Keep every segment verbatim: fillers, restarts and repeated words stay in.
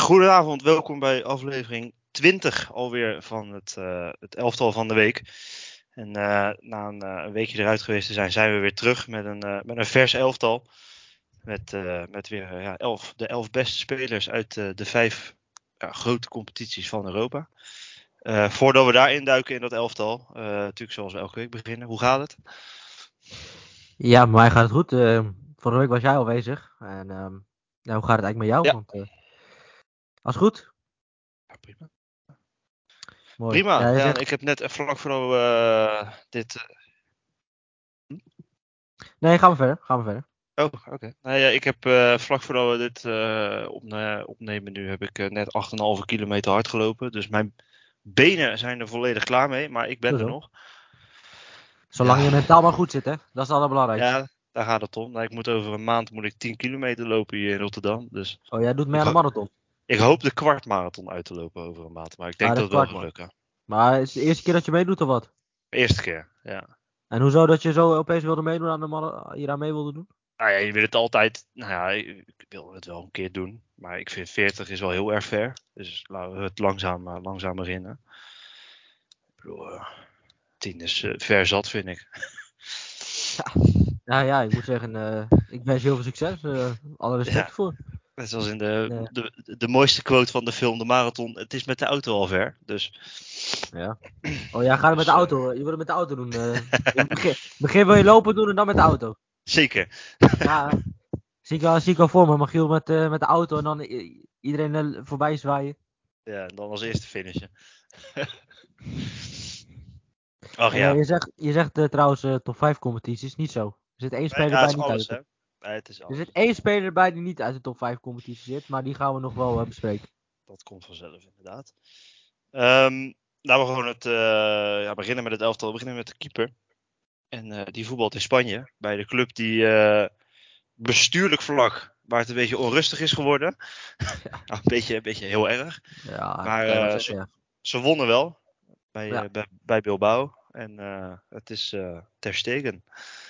Goedenavond, welkom bij aflevering twintig alweer van het, uh, het elftal van de week. En uh, na een, uh, een weekje eruit geweest te zijn, zijn we weer terug met een, uh, met een vers elftal. Met, uh, met weer uh, ja, elf, de elf beste spelers uit uh, de vijf uh, grote competities van Europa. Uh, voordat we daar induiken in dat elftal, uh, natuurlijk zoals we elke week beginnen. Hoe gaat het? Ja, bij mij gaat het goed. Uh, vorige week was jij aanwezig. En uh, ja, hoe gaat het eigenlijk met jou? Ja. Want, uh, als het goed? Ja, prima. Mooi. Prima. Ja, Ja, zegt... ik heb net vlak voor uh, dit... Uh... Hm? Nee, gaan we verder. Gaan we verder. Oh, oké. Okay. Nou ja, ik heb uh, vlak voordat we dit uh, opne- opnemen nu, heb ik uh, net acht komma vijf kilometer hard gelopen. Dus mijn benen zijn er volledig klaar mee, maar ik ben Goed er zo. nog. Zolang Ja. je mentaal maar goed zit, hè? Dat is het allerbelangrijkste. Ja, daar gaat het om. Nou, ik moet over een maand moet ik tien kilometer lopen hier in Rotterdam. Dus Oh, jij doet mee ik, aan de ho- marathon? ik hoop de kwartmarathon uit te lopen over een maand. Maar ik denk Ah, dat dat het wel kwart, gaat man. lukken. Maar is het de eerste keer dat je meedoet of wat? Eerste keer, ja. En hoezo dat je zo opeens wilde meedoen aan de marathon, hier aan mee wilde doen? Nou ja, je wil het altijd... Nou ja, ik wil het wel een keer doen. Maar ik vind veertig is wel heel erg ver. Dus laten we het langzaam, uh, langzaam beginnen. Ik bedoel... Uh, tien is uh, ver zat, vind ik. Ja, nou ja, ik moet zeggen, uh, ik wens je heel veel succes. Uh, alle respect Ja, voor. net zoals in de, Uh, de, de mooiste quote van de film De Marathon. Het is met de auto al ver. Dus, ja. Oh, jij gaat het met de dus uh, auto. Je wil het met de auto doen. Uh, in begin, begin wil je lopen doen en dan met de auto. zeker. Ja, zie ik wel, zie ik wel voor me. Magiel met, uh, met de auto en dan i- iedereen uh, voorbij zwaaien. Ja, en dan als eerste finishen. Ach En uh, ja. je zegt, je zegt uh, trouwens uh, top vijf competities. Niet zo. Er zit één Nee, speler ja, het bij is niet uit alles, de hè. top. Nee, het is Er alles. zit één speler bij die niet uit de top vijf competitie zit. Maar die gaan we nog wel uh, bespreken. Dat komt vanzelf, inderdaad. Um, laten we gewoon het, uh, ja, beginnen met het elftal. We beginnen met de keeper. En uh, die voetbalt in Spanje. Bij de club die uh, bestuurlijk vlak, waar het een beetje onrustig is geworden. Ja, Nou, een, beetje, een beetje heel erg. ja Maar kan je wel uh, zeggen, ze, ja. ze wonnen wel. Bij, uh, Ja, bij, bij Bilbao. En uh, het is uh, Ter Stegen.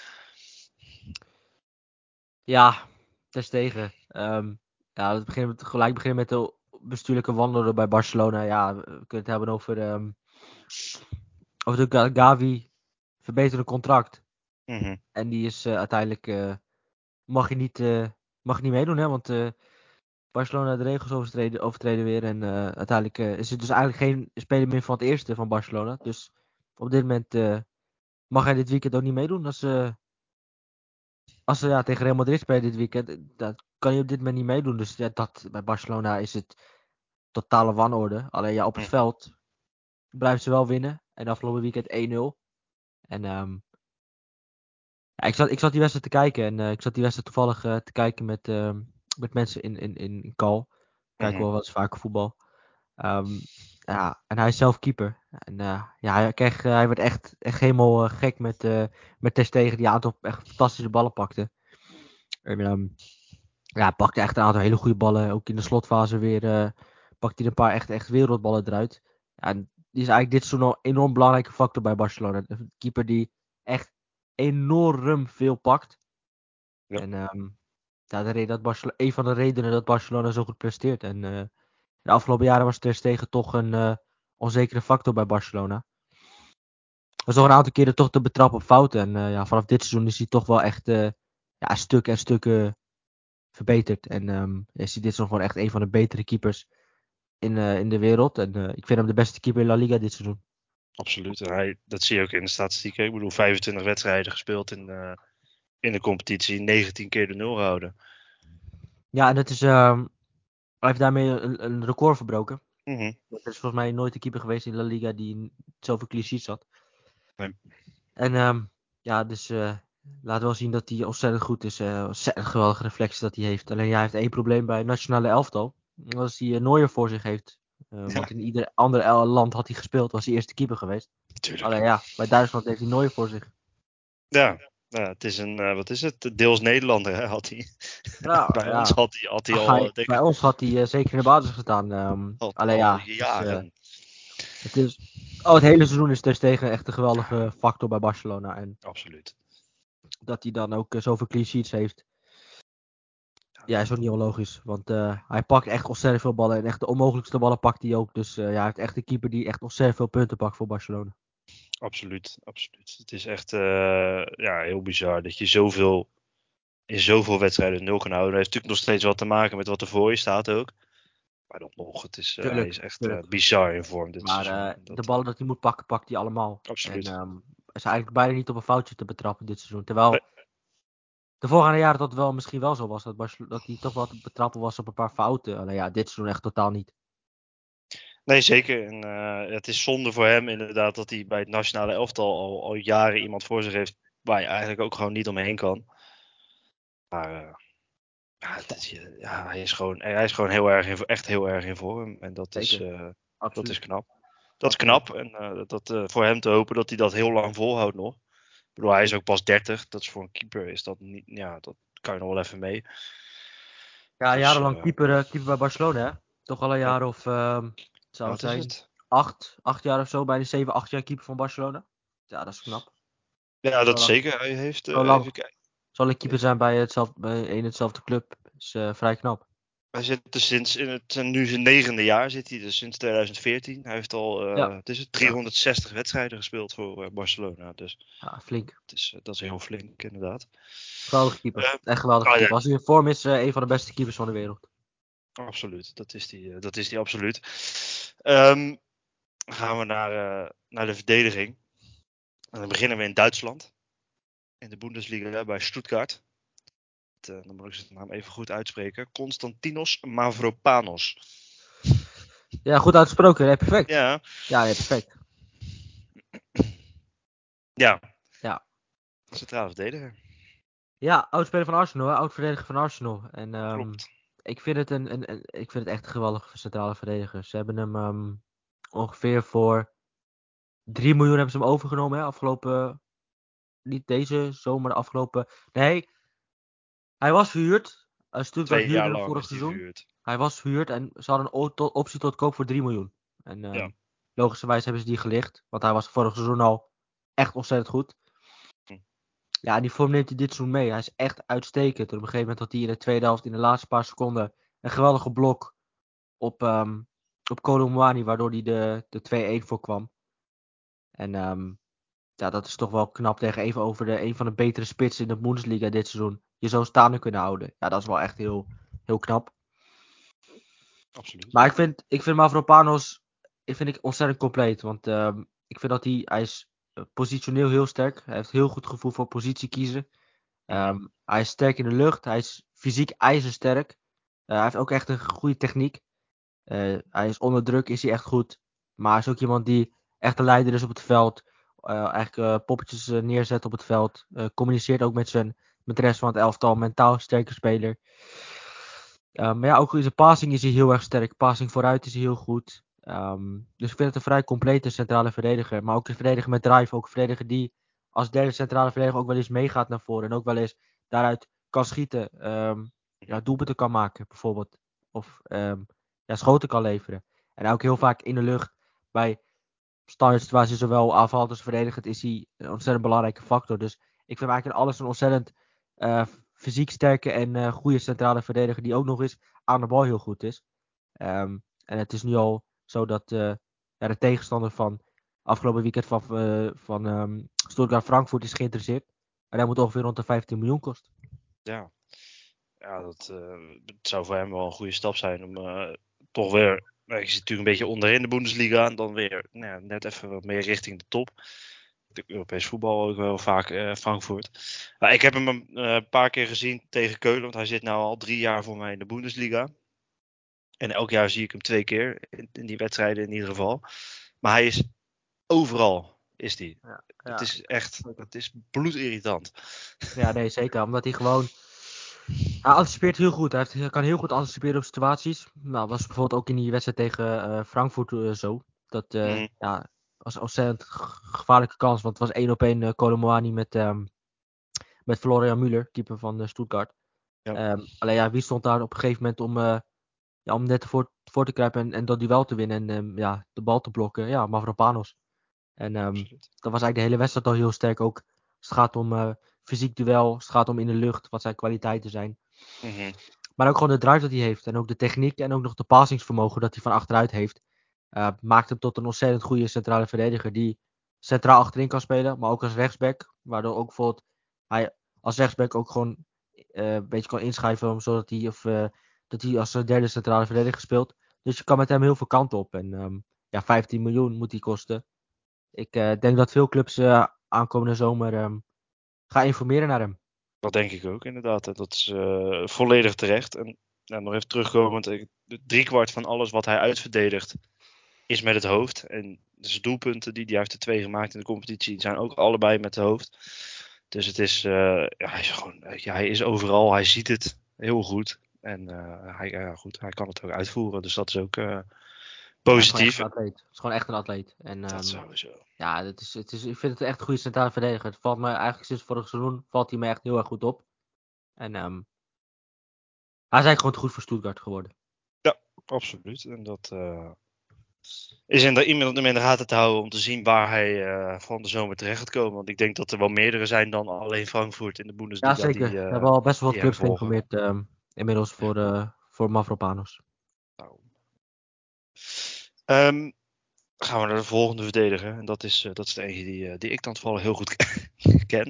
ja Ter Stegen. Um, ja, we beginnen gelijk beginnen met de bestuurlijke wandelen bij Barcelona. Ja, we kunnen het hebben over, um, over de Gavi verbeterde contract. Mm-hmm. En die is uh, uiteindelijk, uh, mag je niet, uh, mag je niet meedoen, hè? Want uh, Barcelona de regels overtreden, overtreden weer. En uh, uiteindelijk uh, is het dus eigenlijk geen speler meer van het eerste van Barcelona. Dus op dit moment uh, mag hij dit weekend ook niet meedoen. Als ze als ze ja, tegen Real Madrid spelen dit weekend, dat kan hij op dit moment niet meedoen. Dus ja, dat, bij Barcelona is het totale wanorde. Alleen ja, op het Mm-hmm. veld blijven ze wel winnen. En afgelopen weekend één nul. En um, ja, ik, zat, ik zat die wedstrijd te kijken. En uh, ik zat die wedstrijd toevallig uh, te kijken met, uh, met mensen in, in, in, in call. Kijken Mm-hmm. wel wat eens vaker voetbal. Um, ja, en hij is zelf keeper. En uh, ja, hij, kreeg, uh, hij werd echt, echt helemaal uh, gek met, uh, met Ter Stegen, die een aantal echt fantastische ballen pakte. En um, ja, hij pakte echt een aantal hele goede ballen. Ook in de slotfase weer uh, pakte hij een paar echt, echt wereldballen eruit. Ja, en die is eigenlijk dit seizoen een enorm belangrijke factor bij Barcelona. Een keeper die echt enorm veel pakt. Ja. En um, ja, de reden dat Barcelona, een van de redenen dat Barcelona zo goed presteert. En uh, de afgelopen jaren was Ter Stegen toch een uh, onzekere factor bij Barcelona. Was nog een aantal keren toch te betrappen op fouten. En uh, ja, vanaf dit seizoen is hij toch wel echt uh, ja, stuk en stukken verbeterd. En um, is hij dit seizoen gewoon echt een van de betere keepers in, uh, in de wereld. En uh, ik vind hem de beste keeper in La Liga dit seizoen. Absoluut. En hij, dat zie je ook in de statistieken. Ik bedoel, vijfentwintig wedstrijden gespeeld in de, in de competitie. negentien keer de nul gehouden. Ja, en dat is, uh, hij heeft daarmee een, een record verbroken. Mm-hmm. Er is volgens mij nooit een keeper geweest in La Liga die zoveel clean sheets had. Nee. En um, ja, dus uh, laat wel zien dat hij ontzettend goed is. Uh, ontzettend geweldige reflexen dat hij heeft. Alleen ja, hij heeft één probleem bij het nationale elftal. Als hij uh, Neuer voor zich heeft. Uh, Ja, want in ieder ander el- land had hij gespeeld, was hij eerste keeper geweest. natuurlijk. Alleen ja, bij Duitsland heeft hij Neuer voor zich. Ja, ja, het is een, uh, wat is het? Deels Nederlander, hè, had hij. Ja, Bij ons ja. had hij, had hij Ach, al, hij, uh, denk bij ik, ons had hij uh, zeker in de basis gestaan. Um, al, alleen al ja, het is, uh, jaren. het is... Oh, het hele seizoen is Ter Stegen echt een geweldige factor bij Barcelona. En Absoluut. dat hij dan ook uh, zoveel clean sheets heeft. Ja, is ook niet onlogisch. Want uh, hij pakt echt ontzettend veel ballen. En echt de onmogelijkste ballen pakt hij ook. Dus uh, ja, hij heeft echt een keeper die echt ontzettend veel punten pakt voor Barcelona. Absoluut, absoluut. Het is echt uh, ja, heel bizar dat je zoveel in zoveel wedstrijden nul kan houden. Dat heeft natuurlijk nog steeds wat te maken met wat er voor je staat ook. Maar dan nog, het is, uh, Tuurlijk, hij is echt uh, tuurlijk. bizar in vorm dit Maar seizoen. uh, Dat, de ballen dat hij moet pakken, pakt hij allemaal. Absoluut. En um, is eigenlijk bijna niet op een foutje te betrappen dit seizoen. Terwijl Nee. de voorgaande jaren dat wel misschien wel zo was. Dat, Barcelona, dat hij toch wel te betrappen was op een paar fouten. Alleen ja, dit seizoen echt totaal niet. Nee, zeker. En, uh, het is zonde voor hem inderdaad dat hij bij het nationale elftal al, al jaren iemand voor zich heeft waar je eigenlijk ook gewoon niet omheen kan. Maar uh, ja, het is, ja, hij, is gewoon, hij is gewoon heel erg in, echt heel erg in vorm. En dat, is, uh, dat is knap. Dat is knap. En uh, dat, uh, voor hem te hopen dat hij dat heel lang volhoudt nog. Ik bedoel, hij is ook pas dertig. Dat is voor een keeper is dat niet. Ja, dat kan je nog wel even mee. Ja, dus, jarenlang uh, keeper, uh, keeper bij Barcelona, hè? Toch al een jaar of, uh, zou het zijn, het? acht, acht jaar of zo, bijna zeven, acht jaar keeper van Barcelona. Ja, dat is knap. Ja, dat zeker. Hij heeft, uh, zo lang even kijken. Zal een keeper zijn bij, hetzelfde, bij een hetzelfde club. Is uh, vrij knap. Hij zit er sinds in het, nu zijn negende jaar zit hij, dus sinds twintig veertien. Hij heeft al uh, ja. het is het, driehonderdzestig ja. wedstrijden gespeeld voor uh, Barcelona. Dus ja, flink. Het is, uh, dat is heel flink, inderdaad. Geweldige keeper. Uh, Echt geweldige oh, keeper. Ja. Als hij in vorm is, uh, een van de beste keepers van de wereld. Absoluut, dat is die, uh, dat is die absoluut. Um, gaan we naar, uh, naar de verdediging. En dan beginnen we in Duitsland. In de Bundesliga bij Stuttgart. Uh, dan moet ik zijn naam even goed uitspreken. Konstantinos Mavropanos. Ja, goed uitgesproken. Nee, perfect. Ja. Ja, nee, perfect. Ja. Ja. Centrale verdediger. Ja, oud-speler van Arsenal. Oud-verdediger van Arsenal. En um, Klopt. Ik vind, het een, een, een, ik vind het echt een geweldige centrale verdediger. Ze hebben hem um, ongeveer voor drie miljoen hebben ze hem overgenomen. Hè? Afgelopen, niet deze zomer, de afgelopen... Nee, hij was verhuurd. Uh, Stuttgart Twee jaar huurde hem lang vorig is hij seizoen. verhuurd. Hij was verhuurd en ze hadden een o- optie tot koop voor drie miljoen. En um, Ja. logischerwijs hebben ze die gelicht. Want hij was vorig seizoen al echt ontzettend goed. Hm. Ja, en die vorm neemt hij dit seizoen mee. Hij is echt uitstekend. Op een gegeven moment had hij in de tweede helft, in de laatste paar seconden, een geweldige blok op, um, op Kolo Muani, waardoor hij de, de twee-een voorkwam. En um, ja, dat is toch wel knap tegen even over de een van de betere spitsen in de Bundesliga dit seizoen. Je zo staande kunnen houden. Ja, dat is wel echt heel, heel knap. Absoluut. Maar ik vind, ik vind Mavropanos ik vind ik ontzettend compleet. Want um, ik vind dat hij, hij is positioneel heel sterk. Hij heeft heel goed gevoel voor positie kiezen. Um, mm-hmm. Hij is sterk in de lucht. Hij is fysiek ijzersterk. Uh, hij heeft ook echt een goede techniek. Uh, hij is onder druk, is hij echt goed. Maar hij is ook iemand die echt een leider is op het veld. Uh, eigenlijk uh, poppetjes uh, neerzet op het veld. Uh, communiceert ook met, zijn, met de rest van het elftal. Mentaal sterke speler. Uh, maar ja, ook in zijn passing is hij heel erg sterk. Passing vooruit is hij heel goed. Um, dus ik vind het een vrij complete centrale verdediger. Maar ook een verdediger met drive. Ook een verdediger die als derde centrale verdediger ook wel eens meegaat naar voren. En ook wel eens daaruit kan schieten. Um, ja, doelpunten kan maken bijvoorbeeld. Of um, ja, schoten kan leveren. En ook heel vaak in de lucht bij standaard situaties, zowel aanvallend als verdedigend, is hij een ontzettend belangrijke factor. Dus ik vind eigenlijk in alles een ontzettend uh, fysiek sterke en uh, goede centrale verdediger die ook nog eens aan de bal heel goed is. Um, en het is nu al zo dat uh, ja, de tegenstander van afgelopen weekend van, uh, van um, Stuttgart Frankfurt is geïnteresseerd. En hij moet ongeveer rond de vijftien miljoen kosten. Ja, ja dat, uh, dat zou voor hem wel een goede stap zijn om uh, toch weer... Nou, je zit natuurlijk een beetje onderin de Bundesliga en dan weer nou ja, net even wat meer richting de top. De Europees voetbal ook wel vaak uh, Frankfurt. Maar ik heb hem uh, een paar keer gezien tegen Keulen, want hij zit nu al drie jaar voor mij in de Bundesliga. En elk jaar zie ik hem twee keer in, in die wedstrijden in ieder geval. Maar hij is overal, is die. Ja, ja. Het is echt, het is bloedirritant. Ja, nee, zeker. Omdat hij gewoon... Hij anticipeert heel goed. Hij, heeft, hij kan heel goed anticiperen op situaties. Nou, was bijvoorbeeld ook in die wedstrijd tegen uh, Frankfurt uh, zo. Dat uh, mm. ja, was een ontzettend gevaarlijke kans. Want het was één op één uh, Kolo Muani met, um, met Florian Müller, keeper van uh, Stuttgart. Ja. Um, alleen ja, wie stond daar op een gegeven moment om, uh, ja, om net voor, voor te kruipen en, en dat duel te winnen. En um, ja, de bal te blokken. Ja, Mavropanos. En um, dat was eigenlijk de hele wedstrijd al heel sterk. Ook als het gaat om uh, fysiek duel. Als het gaat om in de lucht. Wat zijn kwaliteiten zijn. Mm-hmm. Maar ook gewoon de drive dat hij heeft. En ook de techniek en ook nog de passingsvermogen dat hij van achteruit heeft. Uh, maakt hem tot een ontzettend goede centrale verdediger. Die centraal achterin kan spelen. Maar ook als rechtsback. Waardoor ook bijvoorbeeld hij als rechtsback ook gewoon uh, een beetje kan inschuiven. Zodat hij, of, uh, dat hij als derde centrale verdediger speelt. Dus je kan met hem heel veel kanten op. En um, ja, vijftien miljoen moet hij kosten. Ik uh, denk dat veel clubs uh, aankomende zomer um, gaan informeren naar hem. Dat denk ik ook, inderdaad. En dat is uh, volledig terecht. En ja, nog even terugkomend. Driekwart van alles wat hij uitverdedigt is met het hoofd. En zijn doelpunten, die, die heeft er twee gemaakt in de competitie, zijn ook allebei met het hoofd. Dus het is, uh, ja, hij is gewoon, ja, hij is overal. Hij ziet het heel goed. En uh, hij, ja, goed, hij kan het ook uitvoeren. Dus dat is ook uh, positief. Ja, het is gewoon echt een atleet. Het is gewoon echt een atleet. En, um, dat sowieso. Ja, het is, het is, ik vind het echt een goede centrale verdediger. Het valt me eigenlijk sinds vorig seizoen valt hij me echt heel erg goed op. En um, hij is eigenlijk gewoon te goed voor Stuttgart geworden. Ja, absoluut. En dat uh, is in de, iemand om in de gaten te houden om te zien waar hij uh, van de zomer terecht gaat komen. Want ik denk dat er wel meerdere zijn dan alleen Frankfurt in de Bundesliga. Ja, zeker. Die, uh, we hebben al best wel wat clubs geïnformeerd um, inmiddels voor, uh, voor Mavropanos. Nou. Um, gaan we naar de volgende verdediger. En dat is, uh, dat is de enige die, uh, die ik dan toevallig heel goed ken.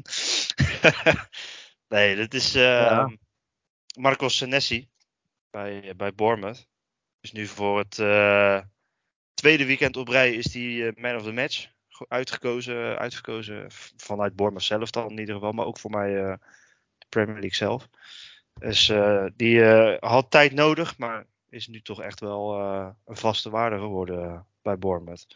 nee, dat is uh, ja. Marcos Senesi bij, bij Bournemouth. Dus nu voor het uh, tweede weekend op rij is die uh, man of the match uitgekozen, uitgekozen. Vanuit Bournemouth zelf dan in ieder geval. Maar ook voor mij uh, de Premier League zelf. Dus uh, die uh, had tijd nodig. Maar is nu toch echt wel uh, een vaste waarde geworden uh, bij Bournemouth.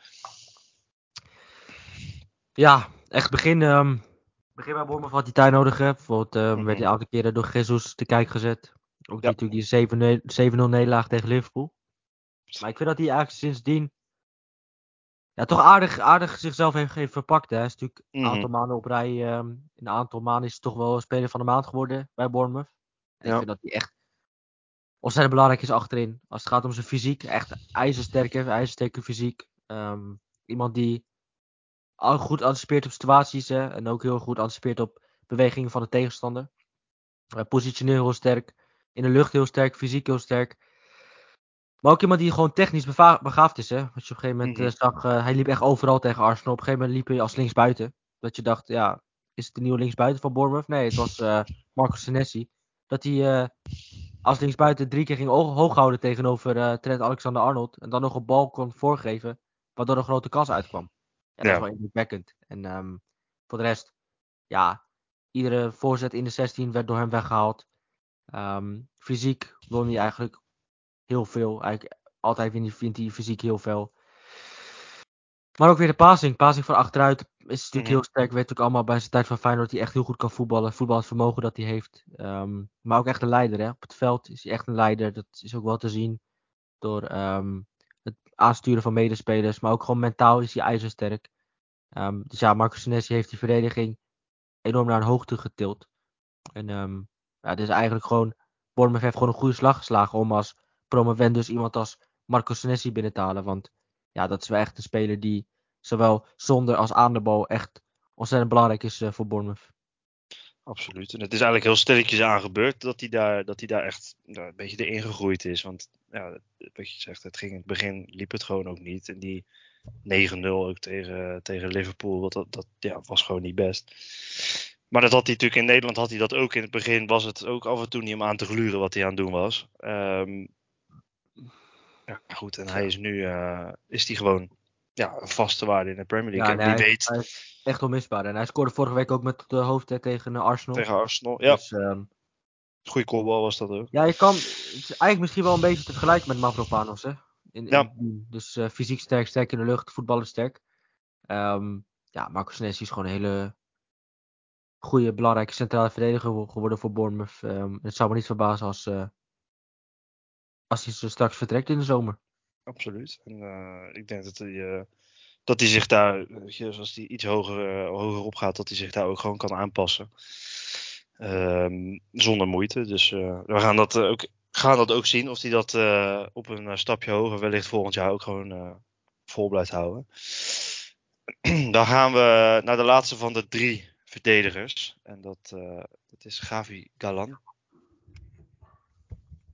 Ja, echt begin, um, begin bij Bournemouth had hij tijd nodig. Hè. Bijvoorbeeld uh, mm-hmm. werd hij een aantal keren door Jesus te kijk gezet. Ook ja. die, natuurlijk die zeven nul nederlaag tegen Liverpool. Maar ik vind dat hij eigenlijk sindsdien ja, toch aardig, aardig zichzelf heeft, heeft verpakt. Hè. Hij is natuurlijk een mm-hmm. aantal maanden op rij. Um, in een aantal maanden is hij toch wel speler van de maand geworden bij Bournemouth. En ja. ik vind dat hij echt ontzettend belangrijk is achterin. Als het gaat om zijn fysiek. Echt ijzersterke, ijzersterke fysiek. Um, iemand die goed anticipeert op situaties. Hè, en ook heel goed anticipeert op bewegingen van de tegenstander. Uh, positioneel heel sterk. In de lucht heel sterk. Fysiek heel sterk. Maar ook iemand die gewoon technisch beva- begaafd is. Hè? Wat je op een gegeven moment mm-hmm. uh, zag. Uh, hij liep echt overal tegen Arsenal. Op een gegeven moment liep hij als linksbuiten. Dat je dacht, ja, is het de nieuwe linksbuiten van Bournemouth? Nee, het was uh, Marcos Senesi. Dat hij uh, als linksbuiten drie keer ging o- hoog houden tegenover uh, Trent Alexander-Arnold. En dan nog een bal kon voorgeven. Waardoor een grote kans uitkwam. En dat ja. is wel indrukwekkend. En um, voor de rest, ja, iedere voorzet in de zestien werd door hem weggehaald. Um, fysiek won hij eigenlijk heel veel. Eigenlijk altijd vindt hij fysiek heel veel. Maar ook weer de passing. Passing van achteruit is natuurlijk mm-hmm. heel sterk. Weet natuurlijk allemaal bij zijn tijd van Feyenoord dat hij echt heel goed kan voetballen. Voetbalvermogen dat hij heeft. Um, maar ook echt een leider. Hè? Op het veld is hij echt een leider. Dat is ook wel te zien door um, het aansturen van medespelers. Maar ook gewoon mentaal is hij ijzersterk. Um, dus ja, Marcos Senesi heeft die verdediging enorm naar een hoogte getild. En um, ja, het is eigenlijk gewoon... Bournemouth heeft gewoon een goede slag geslagen om als promovendus iemand als Marcos Senesi binnen te halen. Want ja, dat is wel echt een speler die zowel zonder als aan de bal echt ontzettend belangrijk is uh, voor Bournemouth. Absoluut. En het is eigenlijk heel stilletjes aangebeurd dat hij daar, dat hij daar echt nou, een beetje erin gegroeid is. Want ja, wat je zegt, het ging in het begin liep het gewoon ook niet. En die negen nul ook tegen, tegen Liverpool, dat, dat ja, was gewoon niet best. Maar dat had hij natuurlijk in Nederland, had hij dat ook. In het begin was het ook af en toe niet om aan te gluren wat hij aan het doen was. Um, ja, goed. En hij is nu, uh, is hij gewoon ja, een vaste waarde in de Premier League. Ja, en nee, wie hij, weet... Hij is echt onmisbaar. En hij scoorde vorige week ook met de hoofd hè, tegen Arsenal. Tegen Arsenal, ja. Dus, um, goeie kopbal was dat ook. Ja, je kan, het is eigenlijk misschien wel een beetje te vergelijken met Mavropanos. Hè? In, in, ja. Dus uh, fysiek sterk, sterk in de lucht, voetballen sterk. Um, ja, Marcos Senesi is gewoon een hele goede, belangrijke centrale verdediger geworden voor Bournemouth. Um, het zou me niet verbazen als, uh, als hij zo straks vertrekt in de zomer. Absoluut. En uh, ik denk dat hij, uh, dat hij zich daar, als hij iets hoger, uh, hoger op gaat, dat hij zich daar ook gewoon kan aanpassen. Um, zonder moeite. Dus uh, we gaan dat, uh, ook, gaan dat ook zien of hij dat uh, op een uh, stapje hoger wellicht volgend jaar ook gewoon uh, vol blijft houden. Dan gaan we naar de laatste van de drie verdedigers. En dat, uh, dat is Javi Galán.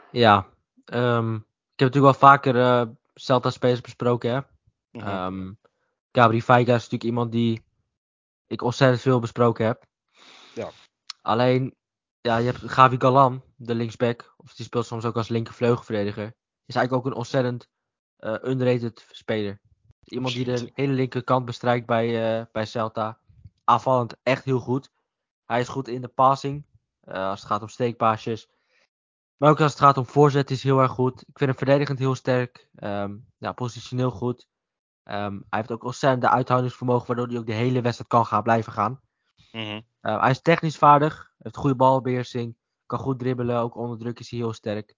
Ja, ehm, ik heb natuurlijk wel vaker uh, Celta-spelers besproken. Hè? Mhm. Um, Gabri Veiga is natuurlijk iemand die ik ontzettend veel besproken heb. Ja. Alleen, ja, je hebt Gavi Galan, de linksback, of die speelt soms ook als linkervleugelverdediger. Is eigenlijk ook een ontzettend uh, underrated speler. Iemand die Absoluut. de hele linkerkant bestrijkt bij, uh, bij Celta. Aanvallend echt heel goed. Hij is goed in de passing, uh, als het gaat om steekpaasjes. Maar ook als het gaat om voorzet is heel erg goed. Ik vind hem verdedigend heel sterk. Um, ja, positioneel goed. Um, hij heeft ook ontzettend de uithoudingsvermogen, waardoor hij ook de hele wedstrijd kan gaan blijven gaan. Mhm. Uh, hij is technisch vaardig, heeft goede balbeheersing, kan goed dribbelen, ook onder druk is hij heel sterk.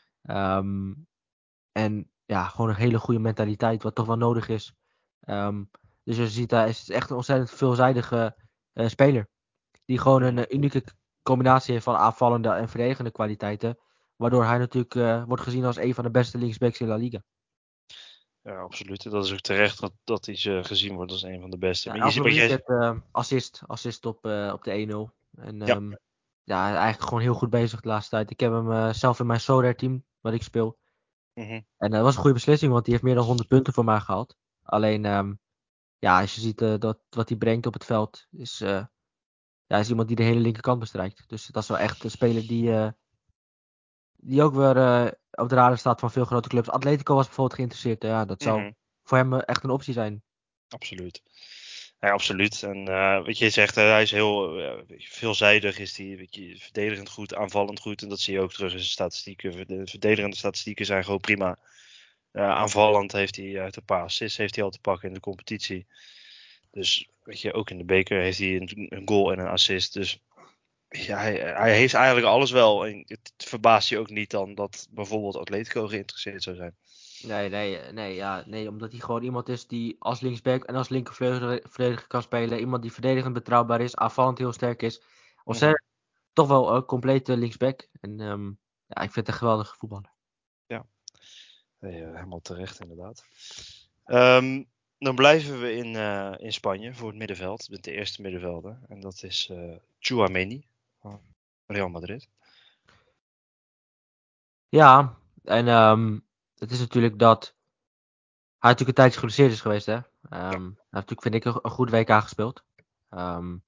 Um, en ja, gewoon een hele goede mentaliteit, wat toch wel nodig is. Um, dus je ziet, hij is echt een ontzettend veelzijdige uh, speler. Die gewoon een Mhm. uh, unieke combinatie heeft van aanvallende en verdedigende kwaliteiten. Waardoor hij natuurlijk uh, wordt gezien als een van de beste linksbacks in La Liga. Ja, absoluut. Dat is ook terecht dat, dat hij uh, gezien wordt als een van de beste. Ja, Maar je ziet wat afgelopen jij... weekend uh, assist, assist op, uh, op de één nul. En Ja. um, ja, eigenlijk gewoon heel goed bezig de laatste tijd. Ik heb hem uh, zelf in mijn Sorare team, wat ik speel. Mhm. En dat was een goede beslissing, want hij heeft meer dan honderd punten voor mij gehaald. Alleen, um, ja, als je ziet uh, dat, wat hij brengt op het veld, is, uh, ja, is iemand die de hele linkerkant bestrijkt. Dus dat is wel echt een speler die, uh, die ook weer uh, op de radar staat van veel grote clubs. Atletico was bijvoorbeeld geïnteresseerd. Ja, dat zou Mhm. voor hem uh, echt een optie zijn. Absoluut. Ja, absoluut. En uh, wat je zegt, uh, hij is heel uh, veelzijdig. Is hij, weet je, verdedigend goed, aanvallend goed. En dat zie je ook terug in zijn statistieken. De verdedigende statistieken zijn gewoon prima. Uh, aanvallend heeft hij uit een paar assists heeft hij al te pakken in de competitie. Dus weet je, ook in de beker heeft hij een, een goal en een assist. Dus ja, hij, hij heeft eigenlijk alles wel. En het verbaast je ook niet dan dat bijvoorbeeld Atletico geïnteresseerd zou zijn. Nee, nee, nee, ja, nee, omdat hij gewoon iemand is die als linksback en als linkerverdediger kan spelen. Iemand die verdedigend betrouwbaar is, aanvallend heel sterk is. Ontzettend, Mm-hmm. toch wel een complete linksback. En um, ja, ik vind het een geweldige voetballer. Ja, nee, helemaal terecht inderdaad. Um, dan blijven we in, uh, in Spanje voor het middenveld. Met de eerste middenvelder. En dat is uh, Tchouaméni van Real Madrid. Ja, en um, het is natuurlijk dat hij natuurlijk een tijdje geblesseerd is geweest, hè. Um, Ja. hij heeft natuurlijk, vind ik, een, een goed W K gespeeld. Um,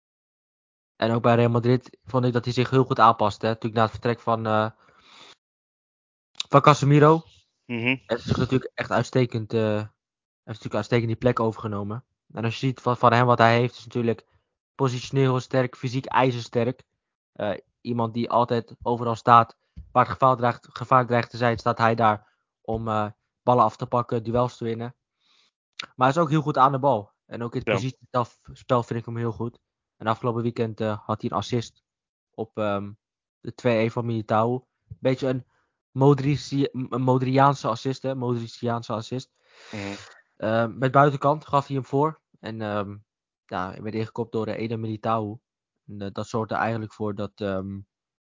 en ook bij Real Madrid vond ik dat hij zich heel goed aanpaste. Hè. Natuurlijk na het vertrek van, uh, van Casemiro. Mm-hmm. Heeft zich natuurlijk echt uitstekend, uh, heeft natuurlijk uitstekend die plek overgenomen. En als je ziet van, van hem wat hij heeft, is natuurlijk positioneel sterk, fysiek ijzersterk. Uh, iemand die altijd overal staat, waar het gevaar dreigt, gevaar dreigt te zijn, staat hij daar om uh, ballen af te pakken, duels te winnen. Maar hij is ook heel goed aan de bal. En ook in het Ja. positiespel vind ik hem heel goed. En afgelopen weekend uh, had hij een assist op um, de twee-een van Militao. Beetje een, Modrici een Modriaanse assist, hè? Modriciaanse assist. Mm-hmm. Uh, met buitenkant gaf hij hem voor. En um, ja, hij werd ingekopt door de Eder Militao. En uh, dat zorgde er eigenlijk voor dat, um,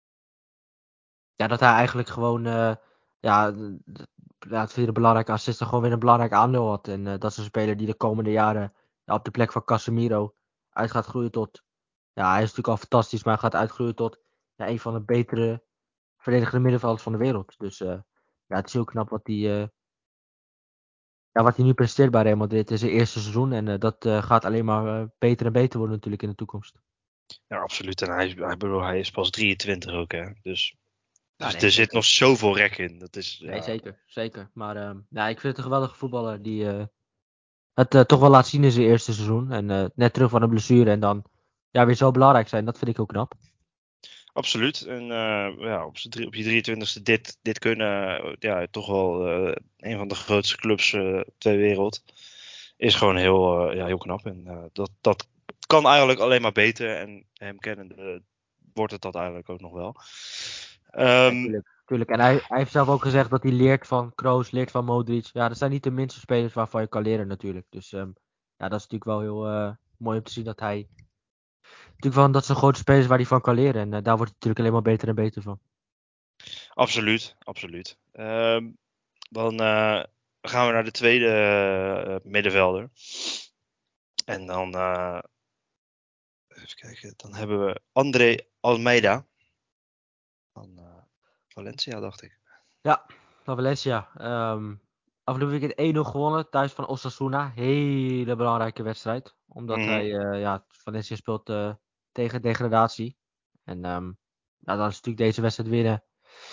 ja, dat hij eigenlijk gewoon, uh, ja, ja, het vierde belangrijke assist gewoon weer een belangrijk aandeel had. En uh, dat is een speler die de komende jaren ja, op de plek van Casemiro uit gaat groeien tot, ja, hij is natuurlijk al fantastisch, maar hij gaat uitgroeien tot ja, een van de betere verdedigende middenvelders van de wereld. Dus uh, ja, het is heel knap wat hij, uh, ja, wat hij nu presteert bij Real Madrid. Het is zijn eerste seizoen en uh, dat uh, gaat alleen maar uh, beter en beter worden natuurlijk in de toekomst. Ja, absoluut. En hij, hij, bedoel, hij is pas drieëntwintig ook, hè. Dus, Ja, dus nee, er zit zeker. nog zoveel rek in. Dat is, Nee, ja... zeker. Zeker. Maar uh, ja, ik vind het een geweldige voetballer die uh, het uh, toch wel laat zien in zijn eerste seizoen. En uh, net terug van een blessure en dan ja, weer zo belangrijk zijn. Dat vind ik ook knap. Absoluut. En uh, ja, op, drie, op je drieëntwintigste dit, dit kunnen, uh, ja, toch wel uh, een van de grootste clubs uh, ter wereld. Is gewoon heel, uh, ja, heel knap. En uh, dat, dat kan eigenlijk alleen maar beter. En hem kennende uh, wordt het dat eigenlijk ook nog wel. Ja, Um, tuurlijk, tuurlijk. En hij, hij heeft zelf ook gezegd dat hij leert van Kroos, leert van Modric. Ja, dat zijn niet de minste spelers waarvan je kan leren natuurlijk. Dus um, ja, dat is natuurlijk wel heel uh, mooi om te zien dat hij... Natuurlijk van, dat zijn grote spelers waar hij van kan leren. En uh, daar wordt hij natuurlijk alleen maar beter en beter van. absoluut, absoluut. Um, dan uh, gaan we naar de tweede uh, middenvelder. En dan, uh, even kijken, dan hebben we André Almeida van, uh, Valencia, dacht ik. Ja, van Valencia. Um, afgelopen weekend één nul gewonnen, thuis van Osasuna. Hele belangrijke wedstrijd. Omdat Mhm. hij, uh, ja, Valencia speelt uh, tegen degradatie. En um, nou, dan is natuurlijk deze wedstrijd winnen.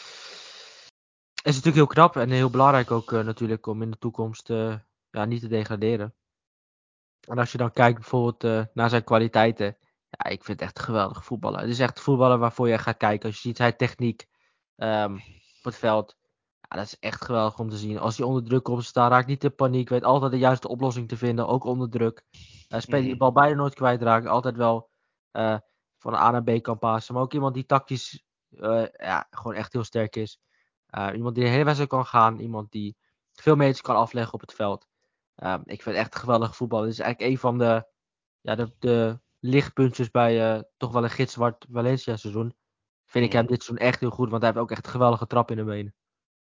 Is natuurlijk heel knap en heel belangrijk ook uh, natuurlijk om in de toekomst uh, ja, niet te degraderen. En als je dan kijkt bijvoorbeeld uh, naar zijn kwaliteiten. Ja, ik vind het echt een geweldige voetballer. Het is echt voetballer waarvoor je gaat kijken. Als je ziet zijn techniek um, op het veld. Ja, dat is echt geweldig om te zien. Als hij onder druk komt staan, raakt niet in paniek. Weet altijd de juiste oplossing te vinden, ook onder druk. Uh, speelt die de bal bijna nooit kwijtraakt. Altijd wel uh, van A naar B kan passen. Maar ook iemand die tactisch uh, ja, gewoon echt heel sterk is. Uh, iemand die de hele wedstrijd kan gaan. Iemand die veel meters kan afleggen op het veld. Uh, ik vind het echt een geweldige voetbal. Het is eigenlijk een van de, ja, de, de lichtpuntjes bij uh, toch wel een gitzwart Valencia seizoen. Vind ik Mhm. hem dit seizoen echt heel goed. Want hij heeft ook echt een geweldige trap in de benen.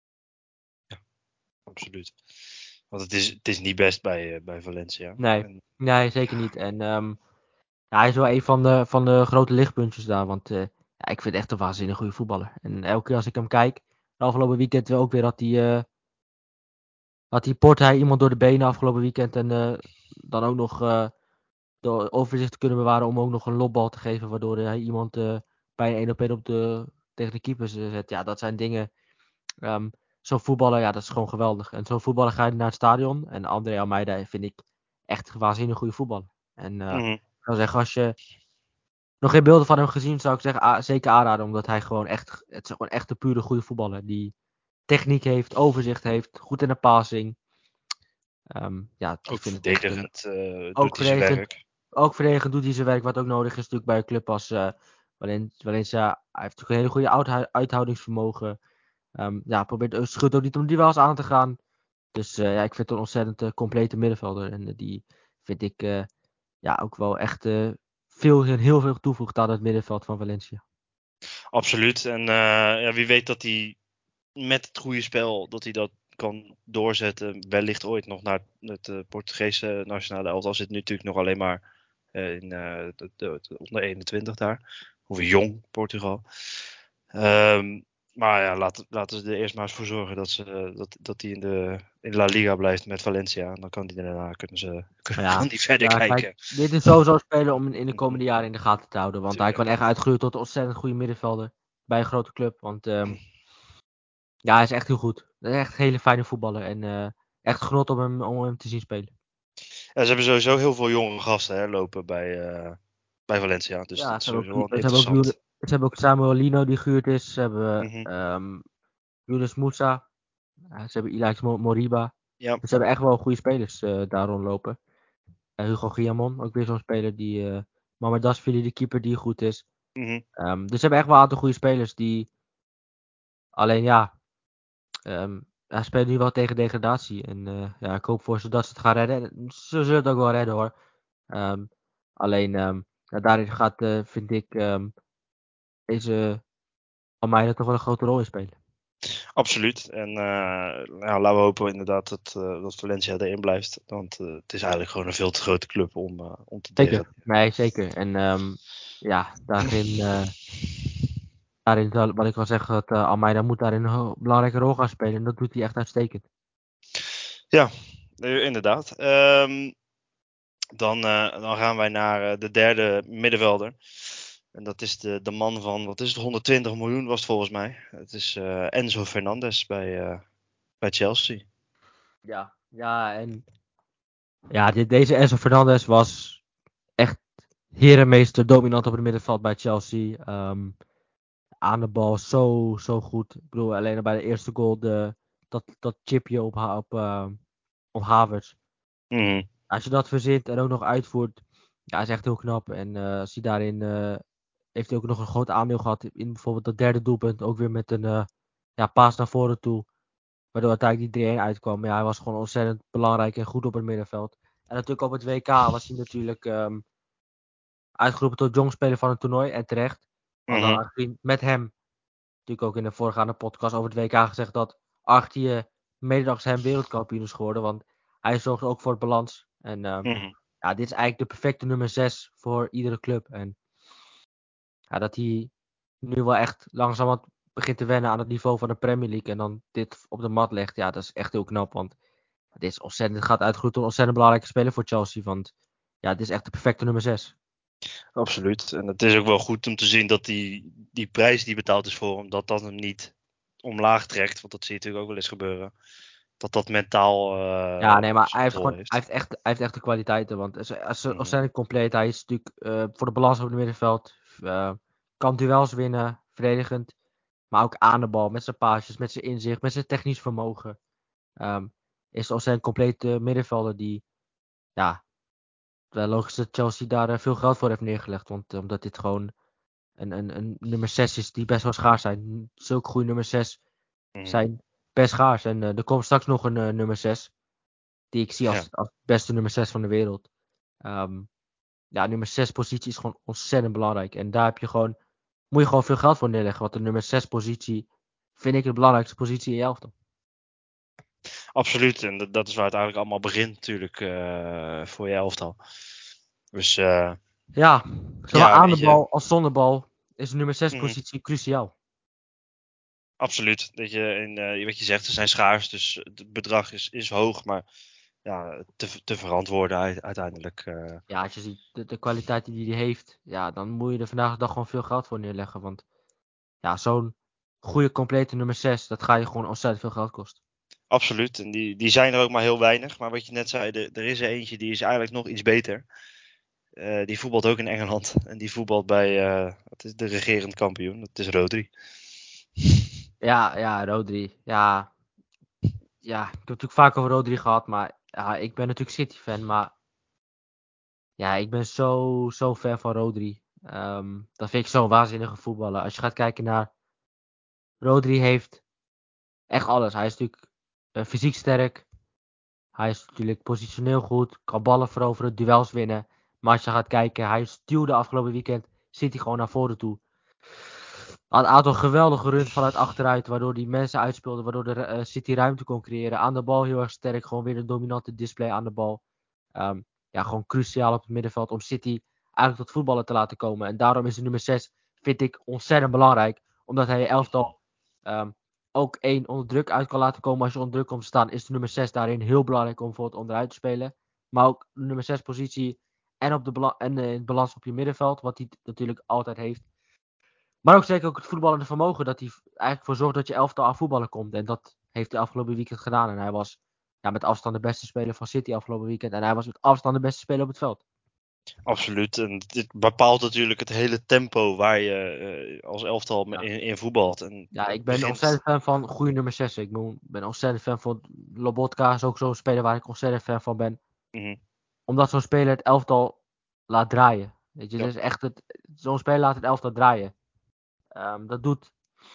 Absoluut. Want het is, het is niet best bij, uh, bij Valencia. Nee, En... nee, zeker niet. En um, ja, hij is wel een van de, van de grote lichtpuntjes daar. Want uh, ja, ik vind het echt een waanzinnig goede voetballer. En elke keer als ik hem kijk, de afgelopen weekend ook weer had hij, uh, had hij Porto iemand door de benen afgelopen weekend. En uh, dan ook nog uh, de overzicht te kunnen bewaren om ook nog een lopbal te geven. Waardoor hij iemand uh, bij een één op één op de, tegen de keeper zet. Ja, dat zijn dingen. Um, zo'n voetballer, ja, dat is gewoon geweldig. En zo'n voetballer ga je naar het stadion. En André Almeida vind ik echt een waanzinnig goede voetballer. En uh, Mhm. ik zou zeggen, als je nog geen beelden van hem gezien, zou ik zeggen, a- zeker aanraden. Omdat hij gewoon echt, het is gewoon echt een pure goede voetballer. Die techniek heeft, overzicht heeft, goed in de passing. Um, ja, ik Ook vind het echt een... verdedigend uh, Ook doet hij zijn verdedigend, werk. ook verdedigend doet hij zijn werk, wat ook nodig is natuurlijk bij een club als uh, Valencia. Hij heeft natuurlijk een hele goede uithu- uithoudingsvermogen. Um, ja, probeert schudt ook niet om duels aan te gaan. Dus uh, ja, ik vind het een ontzettend uh, complete middenvelder. En uh, die vind ik uh, ja, ook wel echt uh, veel, heel veel toevoegt aan het middenveld van Valencia. Absoluut. En uh, ja, wie weet dat hij met het goede spel, dat hij dat kan doorzetten. Wellicht ooit nog naar het uh, Portugese nationale elftal. Zit nu natuurlijk nog alleen maar uh, in uh, de, de, de onder eenentwintig daar. Hoe jong Portugal. Um, maar ja, laten, laten ze er eerst maar eens voor zorgen dat hij dat, dat in, de, in La Liga blijft met Valencia. En dan kan die daarna kunnen ze, Ja, kan die verder ja, kijken. kijk, dit is sowieso een speler om in de komende jaren in de gaten te houden. Want Tuurlijk. hij kan echt uitgroeien tot een ontzettend goede middenvelder bij een grote club. Want um, ja, hij is echt heel goed. Hij is echt een hele fijne voetballer. En uh, echt genot om hem, om hem te zien spelen. Ja, ze hebben sowieso heel veel jonge gasten hè, lopen bij, uh, bij Valencia. Dus Ja, dat is ze hebben sowieso ook, wel ze hebben ook, interessant. ze hebben ook Samuel Lino die gehuurd is. Ze hebben Mm-hmm. um, Yunus Moussa. Uh, ze hebben Ilaix Moriba. Ja. Dus ze hebben echt wel goede spelers uh, daar rondlopen. Uh, Hugo Guillamon, ook weer zo'n speler die... Uh, Mamadashvili, de keeper die goed is. Mm-hmm. Um, dus ze hebben echt wel een aantal goede spelers die... Alleen ja... Um, hij speelt nu wel tegen degradatie. En uh, ja, ik hoop voor ze dat ze het gaan redden. En ze zullen het ook wel redden hoor. Um, alleen um, ja, daarin gaat, uh, vind ik, um, deze Almeida toch wel een grote rol in spelen. Absoluut. En uh, nou, laten we hopen inderdaad dat, uh, dat Valencia erin blijft. Want uh, het is eigenlijk gewoon een veel te grote club om, uh, om te Zeker. degraderen. Nee, zeker. En um, ja, daarin, uh, daarin, wat ik wil zeggen, dat uh, Almeida moet daarin een belangrijke rol gaan spelen. En dat doet hij echt uitstekend. Ja, inderdaad. Um, dan, uh, dan gaan wij naar uh, de derde middenvelder. En dat is de, de man van, wat is het, honderdtwintig miljoen was het volgens mij. Het is uh, Enzo Fernandez bij, uh, bij Chelsea. Ja, ja, en ja, dit, deze Enzo Fernandez was echt herenmeester, dominant op het middenveld bij Chelsea. Um, aan de bal zo, zo goed. Ik bedoel, alleen al bij de eerste goal, de, dat, dat chipje op, op, uh, op Havertz. Mm-hmm. Als je dat verzint en ook nog uitvoert, ja, is echt heel knap. En uh, als hij daarin, uh, heeft hij ook nog een groot aandeel gehad in bijvoorbeeld dat derde doelpunt. Ook weer met een uh, ja, paas naar voren toe. Waardoor uiteindelijk die drie-een uitkwam. Maar ja, hij was gewoon ontzettend belangrijk en goed op het middenveld. En natuurlijk op het W K was hij natuurlijk um, uitgeroepen tot jongspeler van het toernooi. En terecht. Want dan aangezien met hem, natuurlijk ook in de voorgaande podcast over het W K gezegd dat Argentinië mede dankzij hem wereldkampioen is geworden. Want hij zorgt ook voor het balans. En um, Mm-hmm. ja, dit is eigenlijk de perfecte nummer zes voor iedere club. En ja, dat hij nu wel echt langzaam begint te wennen aan het niveau van de Premier League en dan dit op de mat legt, ja, dat is echt heel knap. Want het is ontzettend, het gaat uitgroeien tot een ontzettend belangrijke speler voor Chelsea. Want ja, het is echt de perfecte nummer zes. Absoluut. En het is ook wel goed om te zien dat die, die prijs die betaald is voor hem, dat dat hem niet omlaag trekt. Want dat zie je natuurlijk ook wel eens gebeuren. Dat dat mentaal uh, Ja, nee, maar hij heeft, controle gewoon, heeft. hij heeft, echt, hij heeft echt de kwaliteiten. Want hij is, hij is Mhm. ontzettend compleet. Hij is natuurlijk uh, voor de balans op het middenveld. Uh, kan duels winnen, verdedigend. Maar ook aan de bal, met zijn paasjes, met zijn inzicht, met zijn technisch vermogen. Um, is ontzettend complete middenvelder die, ja, logisch dat Chelsea daar uh, veel geld voor heeft neergelegd. Want uh, omdat dit gewoon een, een, een nummer zes is die best wel schaars zijn. Zulke goede nummer zes Mhm. zijn best schaars. En uh, er komt straks nog een uh, nummer zes. Die ik zie als, Ja. als beste nummer zes van de wereld. Um, ja, nummer zes positie is gewoon ontzettend belangrijk. En daar heb je gewoon, moet je gewoon veel geld voor neerleggen. Want de nummer zes positie vind ik de belangrijkste positie in je elftal. Absoluut. En dat, dat is waar het eigenlijk allemaal begint natuurlijk uh, voor je elftal. Dus uh, ja, zowel ja, aan weet de je. bal als zonder bal is de nummer zes Mhm. positie cruciaal. Absoluut. Dat je, en, uh, wat je zegt, ze zijn schaars. Dus het bedrag is, is hoog. Maar ja, te, te verantwoorden uiteindelijk. Uh... Ja, als je ziet de, de kwaliteit die hij heeft, ja, dan moet je er vandaag de dag gewoon veel geld voor neerleggen. Want ja, zo'n goede complete nummer zes, dat ga je gewoon ontzettend veel geld kosten. Absoluut. En die, die zijn er ook maar heel weinig. Maar wat je net zei, de, er is er eentje die is eigenlijk nog iets beter. Uh, die voetbalt ook in Engeland. En die voetbalt bij uh, wat is de regerend kampioen. Dat is Rodri. Ja, ja, Rodri. Ja, ja, ik heb het natuurlijk vaak over Rodri gehad. Maar ja, ik ben natuurlijk City-fan. Maar ja, ik ben zo, zo fan van Rodri. Um, dat vind ik zo'n waanzinnige voetballer. Als je gaat kijken naar... Rodri heeft echt alles. Hij is natuurlijk uh, fysiek sterk. Hij is natuurlijk positioneel goed. Kan ballen veroveren, duels winnen. Maar als je gaat kijken, hij stuwde afgelopen weekend. Zit hij gewoon naar voren toe. Had een aantal geweldige runs vanuit achteruit. Waardoor die mensen uitspeelden. Waardoor de uh, City ruimte kon creëren. Aan de bal heel erg sterk. Gewoon weer een dominante display aan de bal. Um, ja, gewoon cruciaal op het middenveld. Om City eigenlijk tot voetballen te laten komen. En daarom is de nummer zes, vind ik, ontzettend belangrijk. Omdat hij je elftal um, ook één onder druk uit kan laten komen. Als je onder druk komt te staan, is de nummer zes daarin heel belangrijk om bijvoorbeeld onderuit te spelen. Maar ook de nummer zes positie en, op de bala- en uh, in balans op je middenveld. Wat hij natuurlijk altijd heeft. Maar ook zeker ook het voetballende vermogen. Dat hij eigenlijk voor zorgt dat je elftal aan voetballen komt. En dat heeft hij afgelopen weekend gedaan. En hij was ja, met afstand de beste speler van City afgelopen weekend. En hij was met afstand de beste speler op het veld. Absoluut. En dit bepaalt natuurlijk het hele tempo waar je uh, als elftal Ja. in, in voetbalt. En Ja, ik ben begint... ontzettend fan van goede nummer zes. Ik ben ontzettend fan van Lobotka. Is ook zo'n speler waar ik ontzettend fan van ben. Mm-hmm. Omdat zo'n speler het elftal laat draaien. Weet je, Ja. dus echt het, zo'n speler laat het elftal draaien. Um, dat doet...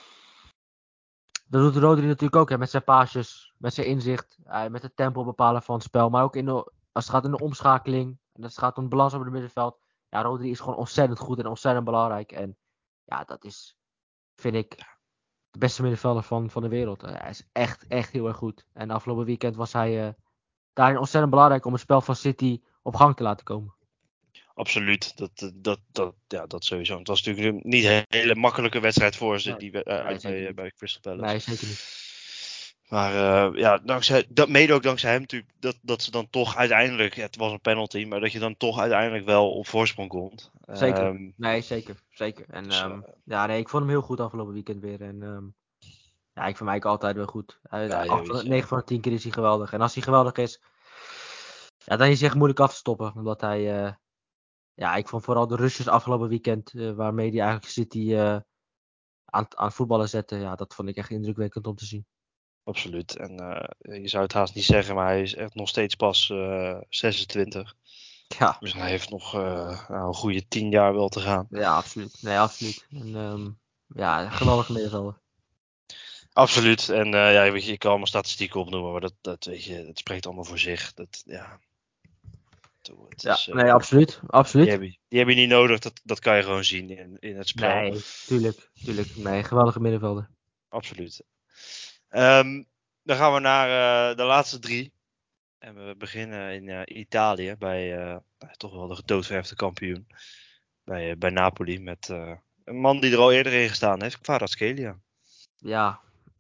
Dat doet Rodri natuurlijk ook, hè, met zijn paasjes, met zijn inzicht, uh, met het tempo bepalen van het spel. Maar ook in de, als het gaat in de omschakeling, en als het gaat om de balans op het middenveld. Ja, Rodri is gewoon ontzettend goed en ontzettend belangrijk. En ja, dat is, vind ik, de beste middenvelder van, van de wereld. Uh, hij is echt, echt heel erg goed. En afgelopen weekend was hij uh, daarin ontzettend belangrijk om het spel van City op gang te laten komen. Absoluut, dat, dat, dat, ja, dat sowieso. Het was natuurlijk niet een hele makkelijke wedstrijd voor ze, Nee, die uh, nee, uit bij, niet. bij Crystal Palace. Nee, zeker niet. Maar uh, ja, dankzij, dat, mede ook dankzij hem natuurlijk, dat, dat ze dan toch uiteindelijk, ja, het was een penalty, maar dat je dan toch uiteindelijk wel op voorsprong komt. Zeker. Um, Nee, zeker. Zeker. En dus, um, uh, ja, nee, ik vond hem heel goed afgelopen weekend weer. En um, ja, ik vind mij altijd wel goed. ja, negen van de tien keer is hij geweldig. En als hij geweldig is, ja, dan is hij echt moeilijk af te stoppen. Omdat hij, uh, ja, ik vond vooral de rushes afgelopen weekend, uh, waarmee hij eigenlijk City uh, aan, aan voetballen zette. Ja, dat vond ik echt indrukwekkend om te zien. Absoluut. En uh, je zou het haast niet zeggen, maar hij is echt nog steeds pas uh, zesentwintig. Ja. Dus hij heeft nog uh, nou, een goede tien jaar wel te gaan. Ja, absoluut. Nee, absoluut. En, um, ja, geweldige middenvelder. Absoluut. En uh, ja, weet je, ik kan allemaal statistieken opnoemen, maar dat, dat, weet je, dat spreekt allemaal voor zich. Dat, ja, het Ja, is, uh, nee, absoluut. absoluut. Die heb, je, die heb je niet nodig, dat, dat kan je gewoon zien in, in het spel. Nee, tuurlijk. tuurlijk. Nee, geweldige middenvelder. Absoluut. Um, dan gaan we naar uh, de laatste drie. En we beginnen in uh, Italië bij uh, toch wel de gedoodverfde kampioen. Bij, uh, bij Napoli met uh, een man die er al eerder in gestaan heeft, Kvaratskhelia. ja.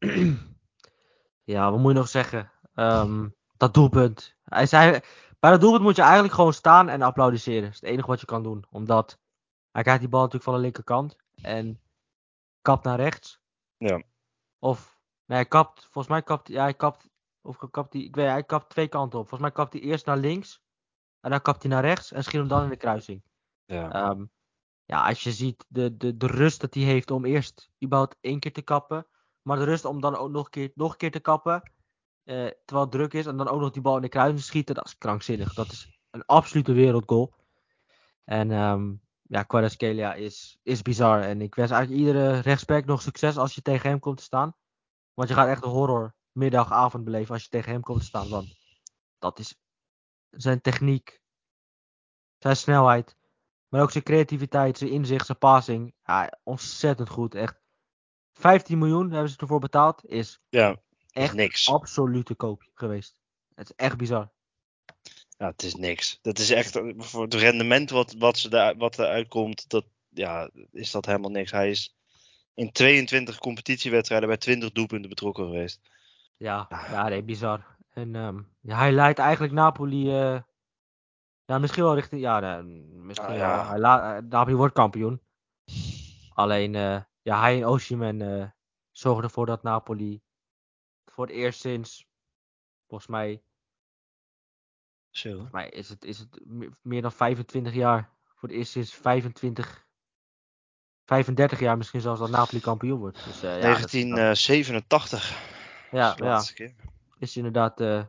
ja, wat moet je nog zeggen? Ehm, dat doelpunt. Hij zei, bij dat doelpunt moet je eigenlijk gewoon staan en applaudisseren. Dat is het enige wat je kan doen. Omdat hij krijgt die bal natuurlijk van de linkerkant. En kapt naar rechts. Ja. Of, nee, hij kapt, volgens mij kapt ja, hij kapt, of kapt hij, ik weet, hij kapt twee kanten op. Volgens mij kapt hij eerst naar links. En dan kapt hij naar rechts en schiet hem dan in de kruising. Ja. Ehm, ja, als je ziet de, de, de rust dat hij heeft om eerst überhaupt één keer te kappen. Maar de rust om dan ook nog een keer, nog een keer te kappen. Eh, terwijl het druk is. En dan ook nog die bal in de kruising schieten. Dat is krankzinnig. Dat is een absolute wereldgoal. En um, ja, Kvaratskhelia is, is bizar. En ik wens eigenlijk iedere rechtsback nog succes als je tegen hem komt te staan. Want je gaat echt een horror middagavond beleven als je tegen hem komt te staan. Want dat is zijn techniek, zijn snelheid. Maar ook zijn creativiteit, zijn inzicht, zijn passing. Ja, ontzettend goed. Echt. vijftien miljoen hebben ze ervoor betaald. Is Ja, dat is echt niks. absolute koop geweest. Het is echt bizar. Ja, het is niks. Dat is echt, voor het rendement wat, wat, ze daar, wat eruit komt, dat, ja, is dat helemaal niks. Hij is in tweeëntwintig competitiewedstrijden bij twintig doelpunten betrokken geweest. Ja, Ja, ja nee, bizar. En um, ja, hij leidt eigenlijk Napoli... Uh, ja, misschien wel richting... Ja, nee, misschien nou wel. ja, Hij la, uh, Napoli wordt kampioen. Alleen, uh, ja, hij en Osimhen uh, zorgen ervoor dat Napoli voor het eerst sinds... Volgens mij... zo. Volgens mij is het, is het meer dan vijfentwintig jaar. Voor het eerst sinds vijfentwintig... vijfendertig jaar misschien zelfs dat Napoli kampioen wordt. Dus uh, ja, dat is inderdaad... negentien zevenentachtig. Dat is Ja, de ja. laatste keer. Is inderdaad... Uh,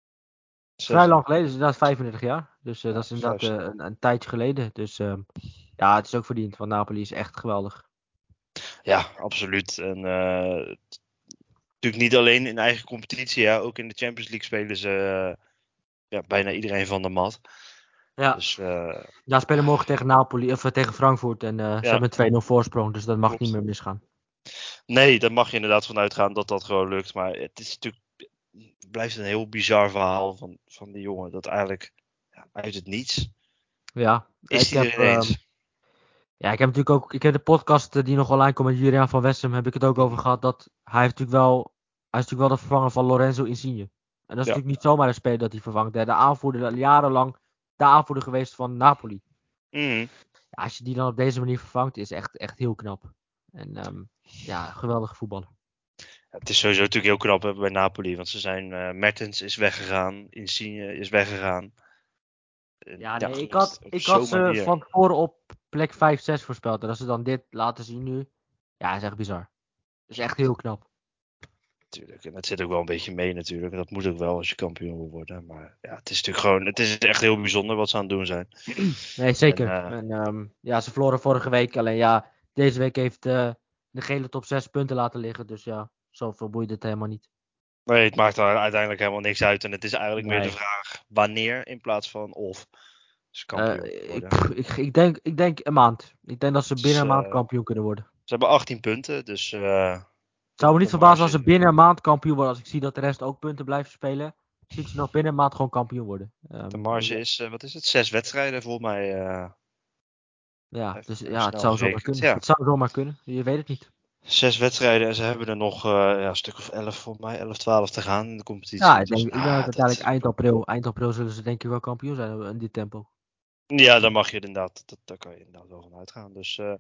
vrij Zes, lang geleden. Is inderdaad vijfendertig jaar. Dus uh, ja, dat is inderdaad vijf, uh, een, een tijdje geleden. Dus uh, ja, het is ook verdiend. Want Napoli is echt geweldig. ja, absoluut. En uh, natuurlijk niet alleen in eigen competitie. Ja, ook in de Champions League spelen ze uh, ja, bijna iedereen van de mat. Ja, Dus uh, ja spelen morgen tegen Napoli of uh, tegen Frankfurt. En uh, ze ja, hebben een twee nul voorsprong. Dus dat mag klopt. niet meer misgaan. Nee, daar mag je inderdaad van uitgaan dat dat gewoon lukt. Maar het is natuurlijk, het blijft een heel bizar verhaal van, van die jongen. Dat eigenlijk ja, uit het niets Ja, is ik hij heb, er uh, ineens. ja, ik heb natuurlijk ook. Ik heb de podcast uh, die nog online komt met Julian van Wessem. Heb ik het ook over gehad. Dat hij heeft natuurlijk wel. Hij is natuurlijk wel de vervanger van Lorenzo Insigne. En dat is Ja. natuurlijk niet zomaar een speler dat hij vervangt. De aanvoerder, jarenlang de aanvoerder geweest van Napoli. Mm. Ja, als je die dan op deze manier vervangt, is echt, echt heel knap. En um, ja, geweldige voetballer. Het is sowieso natuurlijk heel knap hè, bij Napoli. Want ze zijn. Uh, Mertens is weggegaan. Insigne is weggegaan. En, Ja, ja, nee, ik op, had, op ik had zo'n ze manier. van tevoren op plek vijf zes voorspeld. En als ze dan dit laten zien nu, ja, dat is echt bizar. Dat is echt heel knap. Natuurlijk. En dat zit ook wel een beetje mee natuurlijk. En dat moet ook wel als je kampioen wil worden. Maar ja, het is natuurlijk gewoon. Het is echt heel bijzonder wat ze aan het doen zijn. Nee, zeker. En, uh, En um, ja, ze verloren vorige week. Alleen ja, deze week heeft uh, de gele top zes punten laten liggen. Dus ja, zoveel boeit het helemaal niet. nee, het maakt er uiteindelijk helemaal niks uit. En het is eigenlijk meer de Nee. vraag wanneer in plaats van of ze Uh, kampioen ik, worden. ik, ik, denk, ik denk een maand. Ik denk dat ze binnen Dus, een maand uh, kampioen kunnen worden. ze hebben achttien punten. Dus uh, Het zou me niet de verbazen als marge, ze binnen een maand kampioen worden. Als ik zie dat de rest ook punten blijven spelen. Zie ik ze nog binnen een maand gewoon kampioen worden. de Um, marge is, uh, wat is het? Zes wedstrijden volgens mij. Uh, ja, even, dus even ja, het snel zou zomaar gerekend. kunnen. Ja, Het zou zomaar kunnen. Je weet het niet. zes wedstrijden en ze hebben er nog uh, ja, een stuk of elf, volgens mij, elf, twaalf te gaan in de competitie. Ja, ik denk, Dus ik denk dat ah, uiteindelijk dat, eind april, eind april zullen ze denk ik wel kampioen zijn in dit tempo. ja, daar mag je inderdaad, dat, daar kan je inderdaad wel van uitgaan. Dus uh,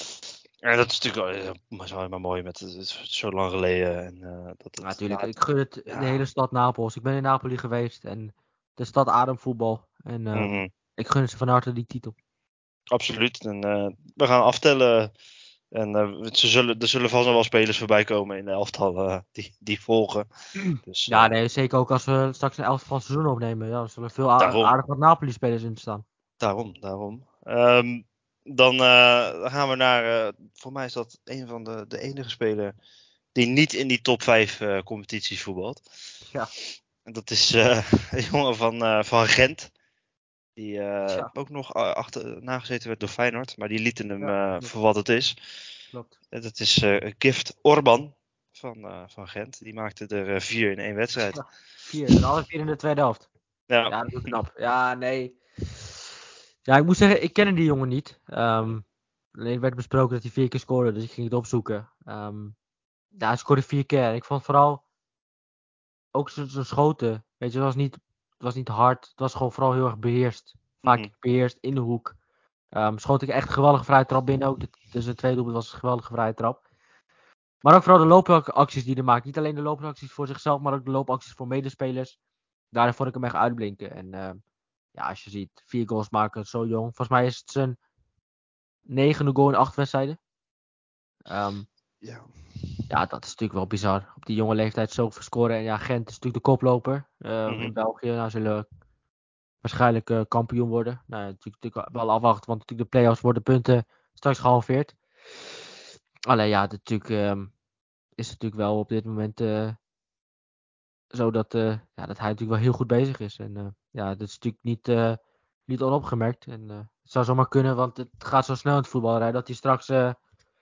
en dat is natuurlijk wel uh, maar mooi met het, het zo lang geleden. En, uh, dat het, Ja, natuurlijk. ja, Ik gun het de ja. hele stad Napels. Ik ben in Napoli geweest en de stad ademt voetbal. En um, Mm-hmm. ik gun ze van harte die titel. Absoluut. En uh, we gaan aftellen. En uh, ze zullen, er zullen vast nog wel spelers voorbij komen in de elftal uh, die, die volgen. Dus, Ja, uh, nee, zeker ook als we straks een elftal van het seizoen opnemen. Ja, er zullen veel daarom, aardig wat Napoli-spelers in staan. daarom, daarom. Um, dan, uh, dan gaan we naar, uh, voor mij is dat een van de, de enige speler die niet in die top vijf uh, competities voetbalt. Ja. En dat is uh, een jongen van, uh, van Gent. Die uh, Ja. ook nog achter, nagezeten werd door Feyenoord. Maar die lieten hem Ja, uh, voor wat het is. klopt. En dat is uh, Gift Orban van, uh, van Gent. Die maakte er uh, vier in één wedstrijd. Ja, vier. En alle vier in de tweede helft. Ja, Ja, dat is knap. Ja, nee. Ja, ik moet zeggen, ik ken die jongen niet. Um, alleen werd besproken dat hij vier keer scoorde, dus ik ging het opzoeken. Um, Ja, hij scoorde vier keer. Ik vond vooral ook zijn zijn schoten. Weet je, het was niet, het was niet hard. Het was gewoon vooral heel erg beheerst. Vaak Mhm. beheerst in de hoek. Ehm schoot ik echt een geweldige vrije trap binnen ook. Dit- Dus een tweede doelpunt was een geweldige vrije trap. Maar ook vooral de loopacties die hij maakt. Niet alleen de loopacties voor zichzelf, maar ook de loopacties voor medespelers. Daarin vond ik hem echt uitblinken. En ehm, ja, als je ziet, vier goals maken, zo jong. Volgens mij is het zijn negende goal in acht wedstrijden. Ehm, Ja. ja, dat is natuurlijk wel bizar. Op die jonge leeftijd zoveel scoren. En ja, Gent is natuurlijk de koploper eh, Mhm. in België. Nou, zullen waarschijnlijk eh, kampioen worden. Nou, ja, natuurlijk, natuurlijk wel afwachten, want natuurlijk de play-offs worden punten straks gehalveerd. Alleen ja, het natuurlijk, ehm, is het natuurlijk wel op dit moment eh, zo dat, eh, ja, dat hij natuurlijk wel heel goed bezig is. En eh, ja, dat is natuurlijk niet, eh, niet onopgemerkt. En eh, het zou zomaar kunnen, want het gaat zo snel in het voetballerij dat hij straks eh,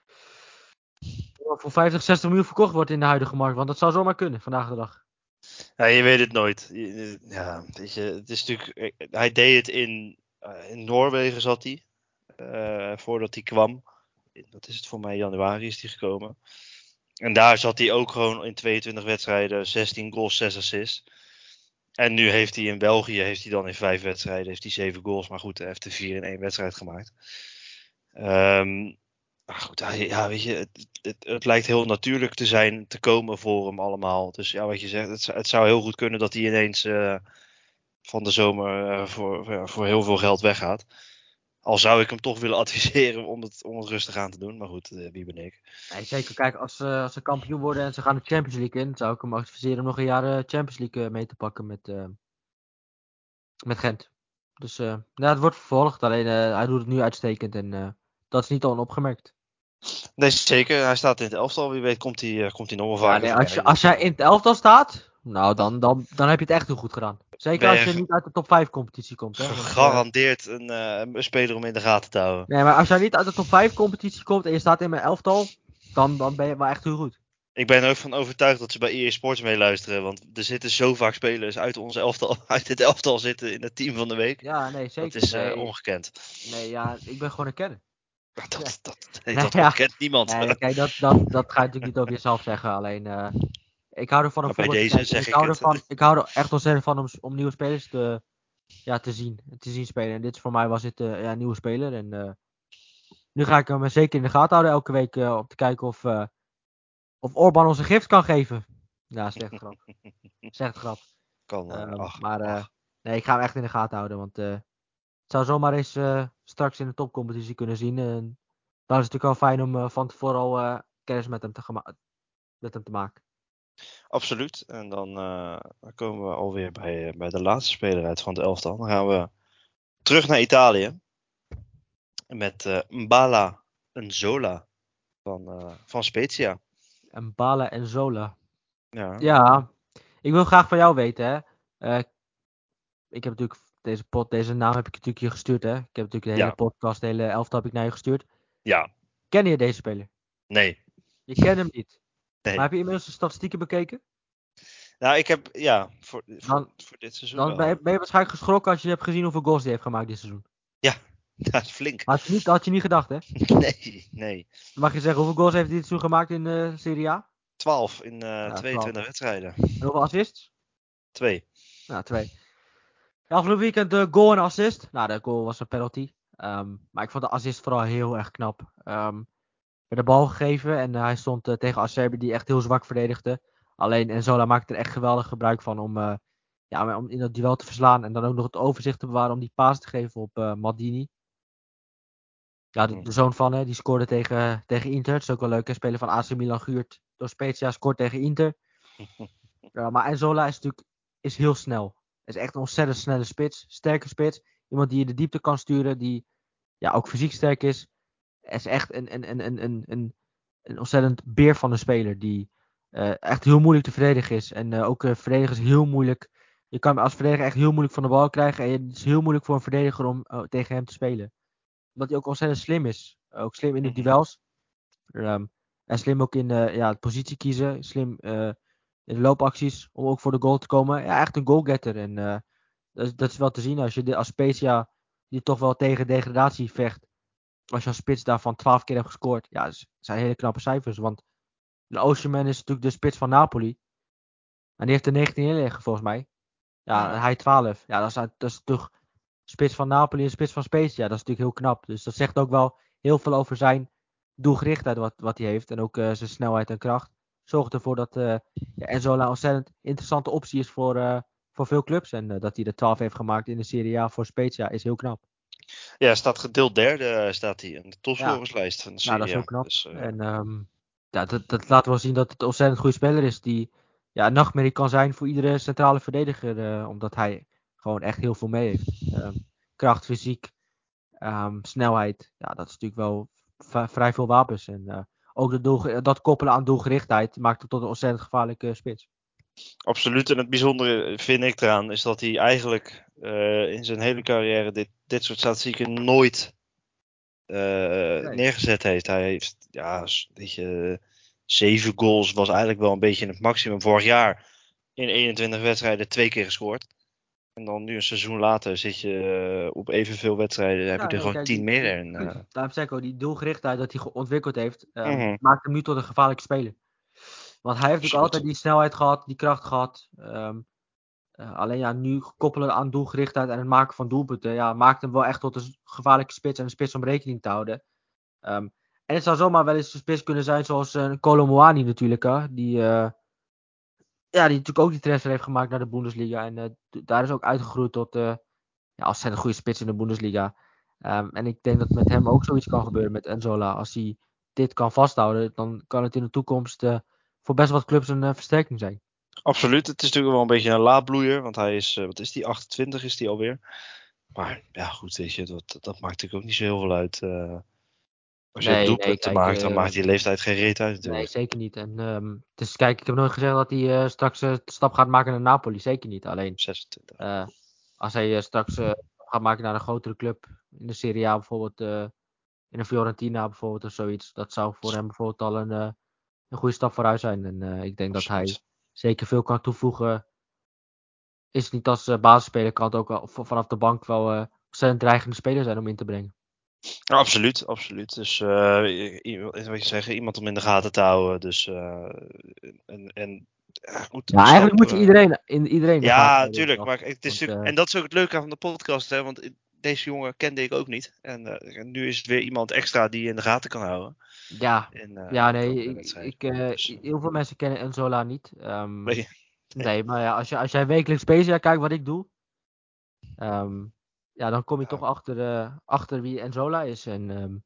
voor vijftig, zestig miljoen verkocht wordt in de huidige markt. Want dat zou zomaar kunnen vandaag de dag. Ja, je weet het nooit. Je- Ja, weet je, het is natuurlijk, hij deed het in, eh, in Noorwegen zat hij, eh, voordat hij kwam. Dat is het voor mij, januari is hij gekomen. En daar zat hij ook gewoon in tweeëntwintig wedstrijden, zestien goals, zes assists. En nu heeft hij in België, heeft hij dan in vijf wedstrijden, heeft hij zeven goals. Maar goed, hij heeft er vier in één wedstrijd gemaakt. Ehm, maar goed, hij- ja, weet je, het, het, het lijkt heel natuurlijk te zijn, te komen voor hem allemaal. Dus ja, wat je zegt, het, zou- het zou heel goed kunnen dat hij ineens eh, van de zomer eh, voor, voor, voor heel veel geld weggaat. Al zou ik hem toch willen adviseren om het, om het rustig aan te doen. Maar goed, eh, wie ben ik? Nee, zeker. Kijk, als, ze als ze kampioen worden en ze gaan de Champions League in, zou ik hem adviseren om nog een jaar de Champions League eh, mee te pakken met, eh, met Gent. Dus eh, ja, het wordt vervolgd. Alleen eh, hij doet het nu uitstekend en eh, dat is niet onopgemerkt. Nee, zeker. Hij staat in het elftal. Wie weet komt hij, eh, komt hij nog wel Ja, vaker nee, als, je, voorbij. als Dus, jij eh, in het elftal staat, nou, dan dan, dan, dan heb je het echt heel goed gedaan. Zeker ben als je je ge- niet uit de top vijf competitie komt. Hè? Want, eh, gegarandeerd een, eh, een speler om in de gaten te houden. nee, maar als jij niet uit de top vijf competitie komt en je staat in mijn elftal, dan, dan ben je wel echt heel goed. Ik ben er ook van overtuigd dat ze bij E A Sports meeluisteren. Want er zitten zo vaak spelers uit ons elftal, uit dit elftal zitten in het team van de week. Ja, nee, Dat zeker. is eh, Nee, ongekend. nee, ja, ik ben gewoon een kenner. Ja. Dat, dat, nee, Nee, dat ja. ontkent niemand. Nee, kijk, dat, dat, dat ga je natuurlijk niet over jezelf zeggen. Alleen, eh, ik hou ervan om Maar bij voetbal te deze kijken. En zeg ik ik hou het. ervan, ik hou er echt ontzettend van om, om nieuwe spelers te, ja, te zien. Te zien spelen. En dit is voor mij was dit eh, ja, een nieuwe speler. En eh, nu ga ik hem zeker in de gaten houden elke week eh, om te kijken of, eh, of Orban ons een gift kan geven. Ja, slechte grap. Slechte grap. Kan, eh, Ehm, ach, maar eh, ach. nee, ik ga hem echt in de gaten houden. Want eh, het zou zomaar eens eh, straks in de topcompetitie kunnen zien. En dan is het natuurlijk wel fijn om eh, van tevoren al eh, kennis met hem te, gema- met hem te maken. Absoluut. En dan, eh, dan komen we alweer bij, eh, bij de laatste speler uit van het elftal. Dan gaan we terug naar Italië. Met eh Mbala Nzola van, eh, van Spezia. En Bala en Zola. Ja, Ja, ik wil graag van jou weten, hè. Eh, ik heb natuurlijk deze pot, deze naam heb ik natuurlijk je gestuurd, hè. Ik heb natuurlijk de hele ja, podcast, de hele elftal heb ik naar je gestuurd. ja. Ken je deze speler? Nee, Je kent hem niet. Maar nee. heb je inmiddels de statistieken bekeken? Nou, ik heb, ja, voor, voor, Dan, voor dit seizoen dan wel, ben je, ja. ben je waarschijnlijk geschrokken als je hebt gezien hoeveel goals hij heeft gemaakt dit seizoen. Ja, dat is flink. Had je niet, had je niet gedacht, hè? Nee, nee. Dan mag je zeggen, hoeveel goals heeft hij dit seizoen gemaakt in de Serie A? twaalf in eh Ja, twaalf. tweeëntwintig wedstrijden. En hoeveel assists? Twee. Nou, twee. Ja, afgelopen weekend de goal en assist. Nou, de goal was een penalty. Ehm, maar ik vond de assist vooral heel erg knap. Ehm werd de bal gegeven en eh, hij stond eh, tegen Acerbi die echt heel zwak verdedigde. Alleen Enzola maakte er echt geweldig gebruik van om, eh, ja, om in dat duel te verslaan. En dan ook nog het overzicht te bewaren om die paas te geven op eh, Maldini. Ja, de, de Mhm. zoon van, hè, die scoorde tegen, tegen Inter. Dat is ook wel leuk. Een speler van A C Milan gehuurd door Spezia scoort tegen Inter. Ja, maar Enzola is natuurlijk is heel snel. Is echt een ontzettend snelle spits. Sterke spits. Iemand die je de diepte kan sturen. Die ja, ook fysiek sterk is. Is echt een, een, een, een, een, een, een ontzettend beer van een speler. Die eh, echt heel moeilijk te verdedigen is. En uh, ook uh, verdedigers heel moeilijk. Je kan hem als verdediger echt heel moeilijk van de bal krijgen. En het is heel moeilijk voor een verdediger om uh, tegen hem te spelen. Omdat hij ook ontzettend slim is. Ook slim in de Mhm. duels. Um, en slim ook in uh, ja, de positie kiezen. Slim uh, in de loopacties. Om ook voor de goal te komen. Ja, echt een goalgetter. En uh, dat, dat is wel te zien. Als je de, als Spezia die toch wel tegen degradatie vecht. Als je als spits daarvan twaalf keer hebt gescoord. Ja, dat zijn hele knappe cijfers. Want En Osimhen is natuurlijk de spits van Napoli. En die heeft er negentien in liggen, volgens mij. Ja, Ja. en hij twaalf. Ja, dat is, dat is toch spits van Napoli en spits van Spezia. Dat is natuurlijk heel knap. Dus dat zegt ook wel heel veel over zijn doelgerichtheid wat, wat hij heeft. En ook uh, zijn snelheid en kracht. Zorgt ervoor dat uh, ja, Enzola een ontzettend interessante optie is voor, uh, voor veel clubs. En uh, dat hij er twaalf heeft gemaakt in de Serie A voor Spezia is heel knap. Ja, staat gedeeld derde staat hij in de Ja, topscorerslijst van de nou, dat is Serie heel A. knap. Dus, uh, En um, ja, dat, dat laat wel zien dat het een ontzettend goede speler is. Die ja, een nachtmerrie kan zijn voor iedere centrale verdediger. Uh, omdat hij gewoon echt heel veel mee heeft. Um, kracht, fysiek, um, snelheid. Ja, dat is natuurlijk wel v- vrij veel wapens. En uh, ook dat, doel, dat koppelen aan doelgerichtheid maakt hem tot een ontzettend gevaarlijke uh, spits. absoluut. En het bijzondere vind ik eraan is dat hij eigenlijk uh, in zijn hele carrière dit, dit soort statistieken nooit uh, nee. neergezet heeft. Hij heeft, ja, weet je, zeven goals was eigenlijk wel een beetje het maximum. Vorig jaar in eenentwintig wedstrijden twee keer gescoord. En dan nu een seizoen later zit je uh, op evenveel wedstrijden, heb ja, je er nee, gewoon kijk, tien meer in. Uh. Daarom zeg ik ook, die doelgerichtheid dat hij ontwikkeld heeft, um, mm-hmm. maakt hem nu tot een gevaarlijke speler. Want hij heeft natuurlijk altijd die snelheid gehad, die kracht gehad. Um, uh, alleen ja, nu koppelen aan doelgerichtheid en het maken van doelpunten, ja, maakt hem wel echt tot een gevaarlijke spits en een spits om rekening te houden. Um, en het zou zomaar wel eens een spits kunnen zijn zoals een uh, Kolo Muani natuurlijk, hè, die... Uh, Ja, die natuurlijk ook die transfer heeft gemaakt naar de Bundesliga. En uh, daar is ook uitgegroeid tot uh, ja, als een goede spits in de Bundesliga. Um, en ik denk dat met hem ook zoiets kan gebeuren met Enzola. Als hij dit kan vasthouden, dan kan het in de toekomst uh, voor best wat clubs een uh, versterking zijn. Absoluut, het is natuurlijk wel een beetje een laadbloeier. Want hij is, uh, wat is die, achtentwintig is die alweer. Maar ja, goed, weet je, dat, dat maakt natuurlijk ook niet zo heel veel uit. Uh, als je nee, doelpunten nee, maakt, dan uh, maakt die leeftijd geen reet uit natuurlijk. Nee, zeker niet. En um, dus kijk, ik heb nooit gezegd dat hij uh, straks uh, de stap gaat maken naar Napoli. Zeker niet. Alleen, zesentwintig. Uh, als hij uh, straks uh, gaat maken naar een grotere club in de Serie A, bijvoorbeeld uh, in een Fiorentina bijvoorbeeld of zoiets, dat zou voor hem bijvoorbeeld al een, uh, een goede stap vooruit zijn. En uh, ik denk Absoluut. Dat hij zeker veel kan toevoegen. Is het niet als uh, basisspeler, kan het ook wel vanaf de bank wel uh, ontzettend dreigende speler zijn om in te brengen. Ja, absoluut, absoluut. Dus uh, wat je zeggen, iemand om in de gaten te houden. Dus, uh, en, en ja, goed, ja, eigenlijk stap, moet je iedereen in iedereen. Ja, natuurlijk. Maar het is want, uh, en dat is ook het leuke van de podcast, hè? Want deze jongen kende ik ook niet. En, uh, en nu is het weer iemand extra die je in de gaten kan houden. Ja, in, uh, ja nee, ik, ik, uh, dus, heel veel mensen kennen Enzola niet. Um, nee. nee, maar ja, als, je, als jij wekelijks Spezia kijkt wat ik doe, um, ja, dan kom je ja. toch achter, uh, achter wie Enzola is. En, um,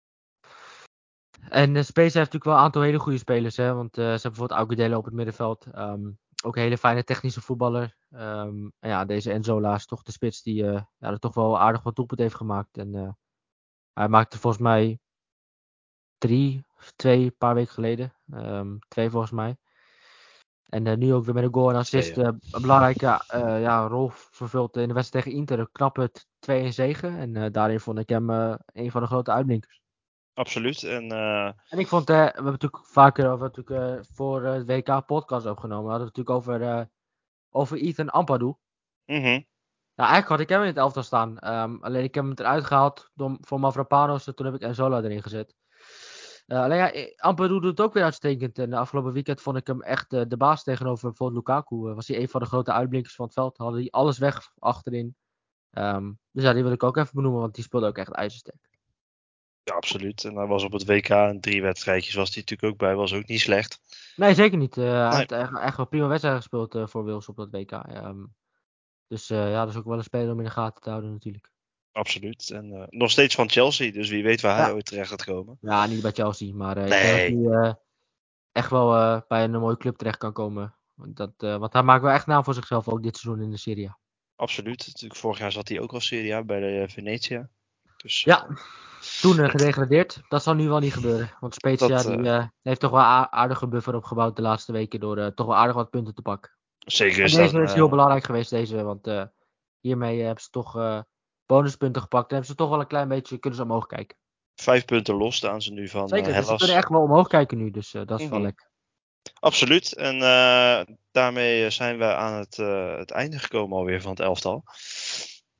en uh, Spezia heeft natuurlijk wel een aantal hele goede spelers, hè? Want uh, ze hebben bijvoorbeeld Augudelo op het middenveld. Um, ook een hele fijne technische voetballer. Um, en ja, deze Enzola is toch de spits die uh, ja, er toch wel aardig wat doelpunt heeft gemaakt. En uh, hij maakte volgens mij drie, twee, een paar weken geleden. Um, twee volgens mij. En uh, nu ook weer met een goal en assist. Uh, een belangrijke uh, ja, rol vervuld in de wedstrijd tegen Inter. Een knappe twee een zegen. En uh, daarin vond ik hem uh, een van de grote uitblinkers. Absoluut. En, uh... en ik vond, uh, we hebben natuurlijk vaker over, natuurlijk, uh, voor uh, het W K podcast opgenomen. We hadden het natuurlijk over, uh, over Ethan Ampadu. Mm-hmm. Nou, eigenlijk had ik hem in het elftal staan. Um, alleen ik heb hem eruit gehaald door, voor Mavropanos. Toen heb ik Enzola erin gezet. Uh, alleen ja, Ampadu doet het ook weer uitstekend. En de afgelopen weekend vond ik hem echt uh, de baas tegenover bijvoorbeeld Lukaku. Uh, was hij een van de grote uitblinkers van het veld. Hadden hij alles weg achterin. Um, dus ja, die wil ik ook even benoemen, want die speelde ook echt ijzersterk. Ja, absoluut. En hij was op het W K en drie wedstrijdjes was hij natuurlijk ook bij. Was ook niet slecht. Nee, zeker niet. Uh, nee. Hij heeft echt, echt wel prima wedstrijden gespeeld uh, voor Wales op dat W K. Um, dus uh, ja, dat is ook wel een speler om in de gaten te houden natuurlijk. Absoluut. En uh, nog steeds van Chelsea, dus wie weet waar ja. hij ooit terecht gaat komen. Ja, niet bij Chelsea, maar uh, nee. ik denk dat hij uh, echt wel uh, bij een mooie club terecht kan komen. Dat, uh, want hij maakt wel echt naam voor zichzelf, ook dit seizoen in de Serie A. Absoluut. Natuurlijk, vorig jaar zat hij ook al Serie A bij de uh, Venetia. Dus, ja, uh, toen uh, gedegradeerd. Dat zal nu wel niet gebeuren. Want Spezia dat, uh, die, uh, heeft toch wel een aardige buffer opgebouwd de laatste weken door uh, toch wel aardig wat punten te pakken. Zeker. En deze is heel belangrijk geweest, deze, want uh, hiermee uh, hebben ze toch uh, bonuspunten gepakt. En hebben ze toch wel een klein beetje kunnen ze omhoog kijken. Vijf punten los staan ze nu van Zeker, uh, Hellas. Dus ze kunnen echt wel omhoog kijken nu, dus uh, dat is mm-hmm. wel lekker. Absoluut. En uh, daarmee zijn we aan het, uh, het einde gekomen alweer van het elftal.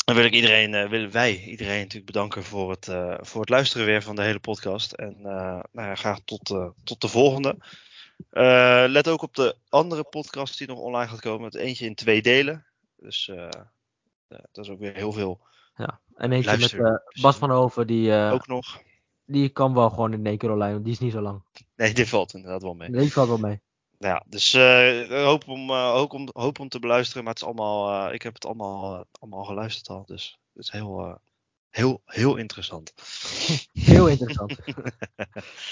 Dan wil ik iedereen, uh, willen wij iedereen natuurlijk bedanken voor het, uh, voor het luisteren weer van de hele podcast. En uh, nou ja, graag tot, uh, tot de volgende. Uh, let ook op de andere podcast die nog online gaat komen. Het eentje in twee delen. Dus uh, uh, dat is ook weer heel veel. Ja. En eentje met uh, Luister. Bas van Hoven, die, uh, ook nog. die kan wel gewoon in één keer online, want die is niet zo lang. Nee, dit valt inderdaad wel mee. Die valt wel mee. Ja, dus uh, hoop, om, uh, hoop, om, hoop om te beluisteren, maar het is allemaal, uh, ik heb het allemaal, uh, allemaal geluisterd al. Dus het is heel, uh, heel, heel interessant. Heel interessant.